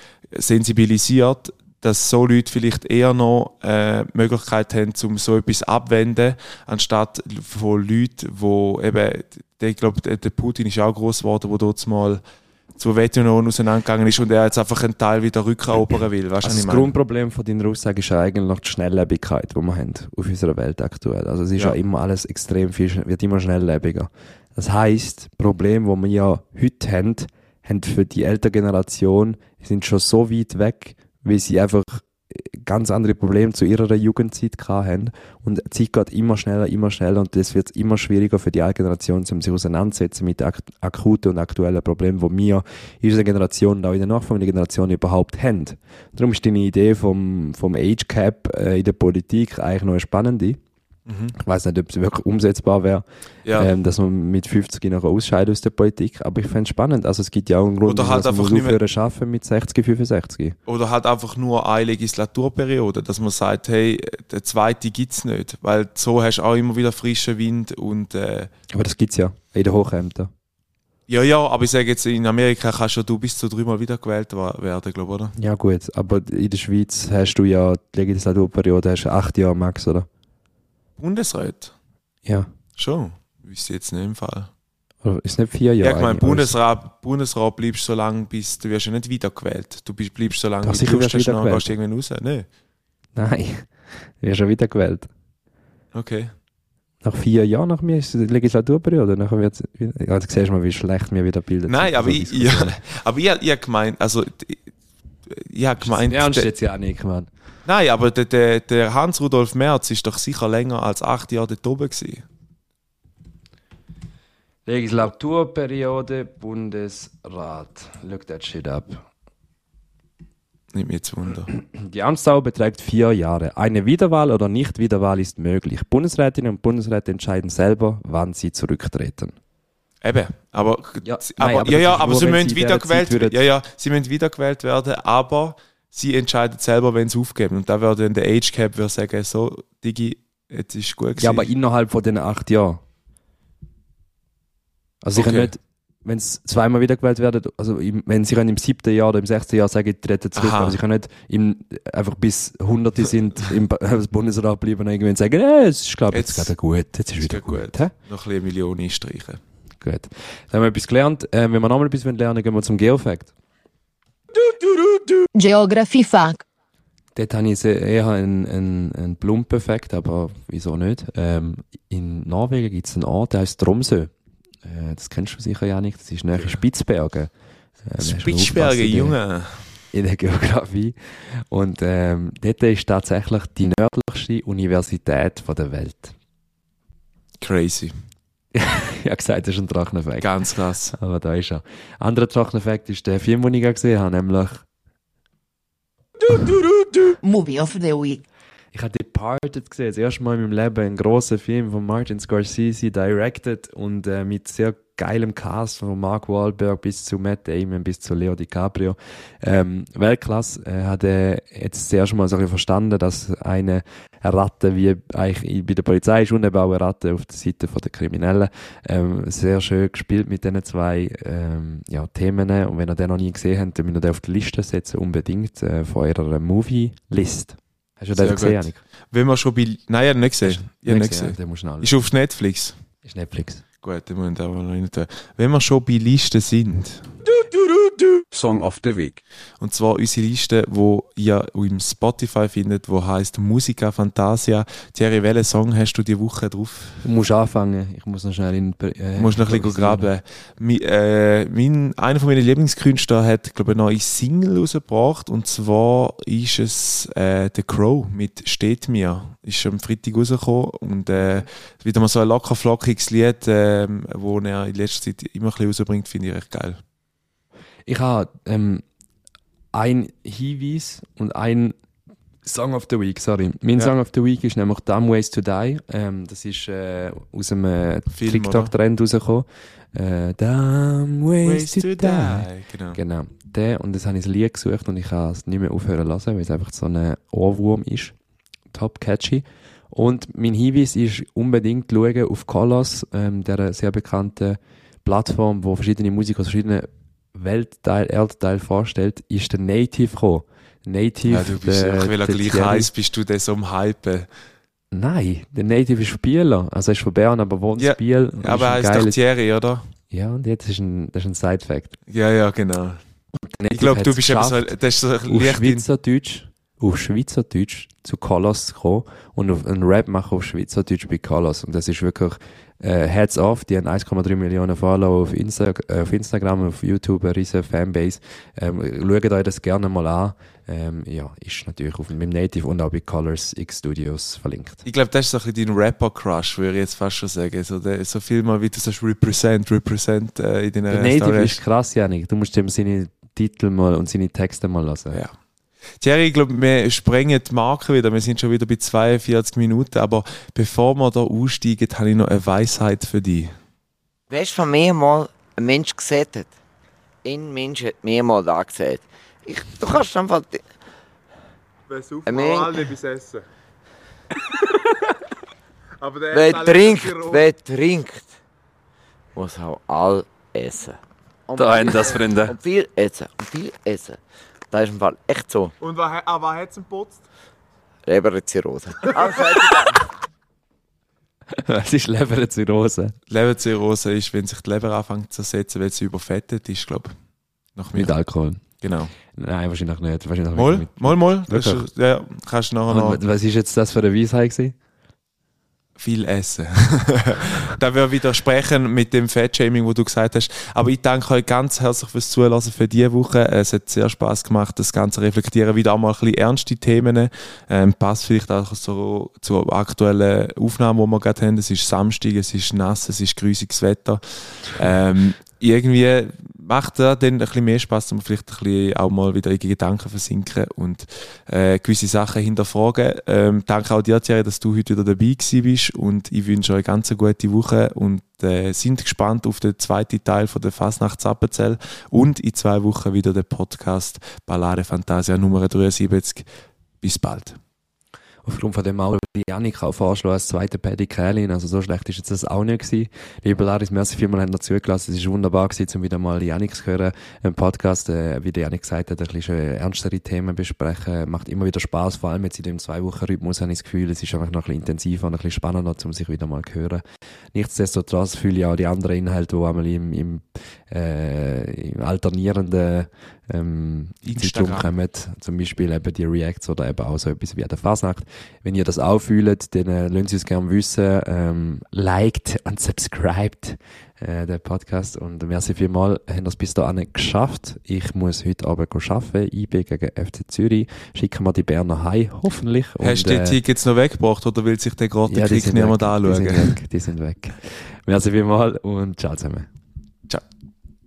sensibilisiert, dass so Leute vielleicht eher noch äh, die Möglichkeit haben, um so etwas abwenden, anstatt von Leuten, die eben, ich glaube, der Putin ist auch groß geworden, der dort mal zur Sowjetunion auseinandergegangen ist und er jetzt einfach einen Teil wieder rückerobern will. Weißt du, Also was das ich meine? Grundproblem von deiner Aussage ist eigentlich die Schnelllebigkeit, die wir haben auf unserer Welt aktuell. Also es ist ja, Ja immer alles extrem viel, wird immer schnelllebiger. Das heisst, das Problem, das wir ja heute haben, haben für die ältere Generation, sind schon so weit weg, weil sie einfach ganz andere Probleme zu ihrer Jugendzeit hatten. Und die Zeit geht immer schneller, immer schneller und das wird immer schwieriger für die alte Generation, um sich auseinanderzusetzen mit ak- akuten und aktuellen Problemen, die wir in unserer Generation und auch in der nachfolgenden Generation überhaupt haben. Darum ist deine Idee vom, vom Age Cap äh, in der Politik eigentlich noch eine spannende. Mhm. Ich weiss nicht, ob es wirklich umsetzbar wäre, Ja. ähm, dass man mit fünfzig noch ausscheidet aus der Politik, aber ich fände es spannend. Also es gibt ja auch einen Grund, Oder halt dass man einfach nicht mehr- aufhören schaffen mit sechzig, fünfundsechzig. Oder halt einfach nur eine Legislaturperiode, dass man sagt, hey, der zweite gibt es nicht, weil so hast du auch immer wieder frischen Wind und äh, Aber das gibt es ja in den Hochämtern. ja, ja, aber ich sage jetzt, in Amerika kannst schon du bis zu dreimal wiedergewählt werden, glaube ich, oder? Ja gut, aber in der Schweiz hast du ja die Legislaturperiode hast du acht Jahre max, oder? Bundesrat? Ja. Schon. Wüsste ich jetzt nicht im Fall. Oder ist nicht vier Ja, Jahre? ich meine, eigentlich? Bundesrat, Bundesrat bleibst so lange, bis du wirst ja nicht wiedergewählt. Du bist, bleibst so lange, Doch, wie sicher du Lust wirst du hast, dann wiedergewählt. gehst du irgendwann raus. Nee. Nein, du wirst schon wieder gewählt. Okay. Nach vier Jahren nach mir ist die Legislaturperiode. Nachher wird's wieder, ja, jetzt siehst du mal, wie schlecht wir wieder bilden. Nein, aber ich, ja, aber ich, ich habe gemeint, also, ich, ich habe gemeint, Ernst der- jetzt ja nicht, Mann. nein, aber der, der, der Hans-Rudolf Merz ist doch sicher länger als acht Jahre dort oben gewesen. Legislaturperiode, Bundesrat. Look that shit up. Nimmt mich jetzt Wunder. Die Amtsdauer beträgt vier Jahre. Eine Wiederwahl oder Nichtwiederwahl ist möglich. Bundesrätinnen und Bundesräte entscheiden selber, wann sie zurücktreten. Eben, aber, Ja, aber, nein, aber ja, das ja, ist aber nur, sie wenn müssen sie in dieser wiedergewählt Zeit würden- werden. Ja, ja, sie müssen wiedergewählt werden, aber sie entscheiden selber, wenn sie aufgeben. Und da würde dann der Age Cap würde sagen, so, Digi, jetzt ist gut gewesen. Ja, aber innerhalb von den acht Jahren. Also sie können Okay. nicht, wenn sie zweimal wiedergewählt werden, also im, wenn sie können im siebten Jahr oder im sechsten Jahr sagen, die treten zurück, Aha. aber sie können nicht im, einfach bis Hunderte sind im Ba- Bundesrat bleiben und irgendwann sagen, äh, es ist glaube ich jetzt, Jetzt- gerade gut, jetzt ist ist wieder gut. gut. Hä? Noch ein bisschen eine Million einstreichen. Gut. Dann haben wir etwas gelernt. Äh, wenn wir nochmal etwas lernen wollen, gehen wir zum Geofact. Geography Fact. Dort habe ich sehr- eher einen, einen, einen plumpen Fact, aber wieso nicht? Ähm, in Norwegen gibt es einen Ort, der heißt Tromsø. Äh, das kennst du sicher ja nicht, das ist nahe Spitzbergen. Äh, da hast du einen Spitzbergen, Aufpass in der- Junge. In der Geografie. Und ähm, dort ist tatsächlich die nördlichste Universität von der Welt. Crazy. Ich habe gesagt, das ist ein trockener Fact. Ganz krass. Aber da ist er. Anderer trockener Fact ist der Film, den ich gesehen habe, nämlich Movie of the Week. Ich habe Departed gesehen, das erste Mal in meinem Leben, ein grosser Film von Martin Scorsese, directed und äh, mit sehr geilem Cast von Mark Wahlberg bis zu Matt Damon bis zu Leo DiCaprio. Ähm, Weltklasse. Äh, hat äh, jetzt das erste Mal so ein bisschen verstanden, dass eine Ratte wie eigentlich bei der Polizei ist und eben auch eine Ratte auf der Seite von der Kriminellen. Ähm, sehr schön gespielt mit diesen zwei ähm, ja, Themen. Und wenn ihr den noch nie gesehen habt, dann müsst ihr den auf die Liste setzen, unbedingt äh, von eurer Movie-List. Hast du den gesehen, Janik? Wenn wir schon bei... Nein, ich habe nicht gesehen. Ich habe nicht gesehen. Den musst du noch ist auf Netflix? Ist Netflix. Gut, den muss ich aber noch rein tun. Wenn wir schon bei Listen sind... Song of the Week. Und zwar unsere Liste, die ihr im Spotify findet, die heisst Musica Fantasia. Thierry, welchen Song hast du diese Woche drauf? Du musst anfangen. Ich muss noch schnell in... Äh, du musst noch ein bisschen graben. Mi, äh, mein, einer von meinen Lieblingskünstler hat, glaube ich, eine neue Single rausgebracht. Und zwar ist es äh, The Crow mit «Steht mir». Ist schon am Freitag rausgekommen. Und äh, wieder mal so ein locker flockiges Lied, äh, wo er in letzter Zeit immer ein bisschen rausbringt, finde ich echt geil. Ich habe ähm, ein Hinweis und ein Song of the Week, sorry. Mein ja. Song of the Week ist nämlich «Dumb Ways to Die». Ähm, das ist äh, aus einem äh, TikTok-Trend rausgekommen. Äh, «Dumb Ways, ways to, to die». die. Genau. genau. Der, und das habe ich ein Lied gesucht und ich kann es nicht mehr aufhören lassen, weil es einfach so ein Ohrwurm ist. Top catchy. Und mein Hinweis ist unbedingt schauen auf Colors, ähm, der sehr bekannten Plattform, wo verschiedene Musiker aus verschiedenen Weltteil, Erdteil vorstellt, ist der Native gekommen. Native, ja, du bist, der, ich will ja gleich heiß, bist du das um Hypen? Nein, der Native ist Spieler. Also er ist von Bern, aber wohnt in ja, Biel. Aber er heißt doch Thierry, oder? Ja, und jetzt ist ein, das ist ein Side-Fact. Ja, ja, genau. Ich glaube, du bist eben so, das ist so auf Schweizerdeutsch, auf Schweizerdeutsch zu Colors zu kommen und auf einen Rap machen auf Schweizerdeutsch bei Colors. Und das ist wirklich äh, Heads off, die haben eins Komma drei Millionen Follower auf, Insta, äh, auf Instagram, auf YouTube, eine riesen Fanbase. Ähm, schaut euch das gerne mal an. Ähm, ja, ist natürlich auf meinem Native und auch bei Colors X Studios verlinkt. Ich glaube, das ist so ein bisschen dein Rapper-Crush, würde ich jetzt fast schon sagen. So, der, so viel mal, wie du sagst, represent, represent äh, in deiner Der Native ist krass, Janik. Du musst ihm seine Titel mal und seine Texte mal lassen. Ja. Thierry, ich glaube, wir sprengen die Marke wieder. Wir sind schon wieder bei zweiundvierzig Minuten. Aber bevor wir da aussteigen, habe ich noch eine Weisheit für dich. Weißt du, von mir mal ein Mensch gesehen hat? Ein Mensch hat mir mal da gesehen. Ich, du kannst einfach... Wer sauft mal alle bis Essen. Aber der wer trinkt, wer trinkt, muss auch all essen. Und da haben das, Freunde. Und viel essen, und viel essen. Das ist im Fall echt so. Und was, ah, was hat es geputzt? Leberzirrhose. Was ist Leberzirrhose? Leberzirrhose ist, wenn sich die Leber anfängt zu setzen, weil sie überfettet ist, glaube ich. Mit Alkohol? Genau. Nein, wahrscheinlich nicht. Wahrscheinlich mal, mit, mal, mal. Das ist, ja, kannst du nachher noch... Was ist jetzt das für eine Weisheit gewesen? Viel essen. Da wir widersprechen mit dem Fat-Shaming, wo du gesagt hast. Aber ich danke euch ganz herzlich fürs Zulassen für diese Woche. Es hat sehr Spass gemacht, das Ganze reflektieren. Wieder einmal ein bisschen ernste Themen. Ähm, passt vielleicht auch so zur aktuellen Aufnahme, die wir gerade haben. Es ist Samstag, es ist nass, es ist grusiges Wetter. Ähm, irgendwie macht ja dann ein bisschen mehr Spass, dass wir vielleicht ein bisschen auch mal wieder in die Gedanken versinken und äh, gewisse Sachen hinterfragen. Ähm, danke auch dir, Thierry, dass du heute wieder dabei gewesen bist und ich wünsche euch ganz eine gute Woche und äh, sind gespannt auf den zweiten Teil von der Fasnachts-Appenzell und in zwei Wochen wieder der Podcast Ballare Fantasia Nummer dreiundsiebzig. Bis bald. Aufgrund von dem auch die Janik auch vorschlagen als zweite Paddy Kählin. Also so schlecht ist jetzt das auch nicht gewesen. Liebe Laris, merci vielmal, haben ihr zugelassen. Es ist wunderbar gewesen, um wieder mal Janik zu hören im Podcast. Äh, wie der Janik gesagt hat, ein bisschen ernstere Themen besprechen. Macht immer wieder Spaß. Vor allem jetzt in dem Zwei-Wochen-Rhythmus habe ich das Gefühl, es ist einfach noch ein bisschen intensiver und ein bisschen spannender, um sich wieder mal zu hören. Nichtsdestotrotz fühle ich auch die anderen Inhalte, die einmal im, im, äh, im alternierenden ähm, Zeitraum kommen. Zum Beispiel eben die Reacts oder eben auch so etwas wie der Fasnacht. Wenn ihr das auch fühlt, dann äh, lasst uns gerne wissen. Ähm, liked und subscribed äh, den Podcast. Und merci vielmals, haben das bis dahin geschafft. Ich muss heute Abend arbeiten. I B gegen F C Zürich. Schicken wir die Berner heim, hoffentlich. Hast du die äh, Tickets noch weggebracht oder will sich der gerade ja, den Krieg niemand anschauen? Die sind weg. Die sind weg. Merci vielmals und ciao zusammen.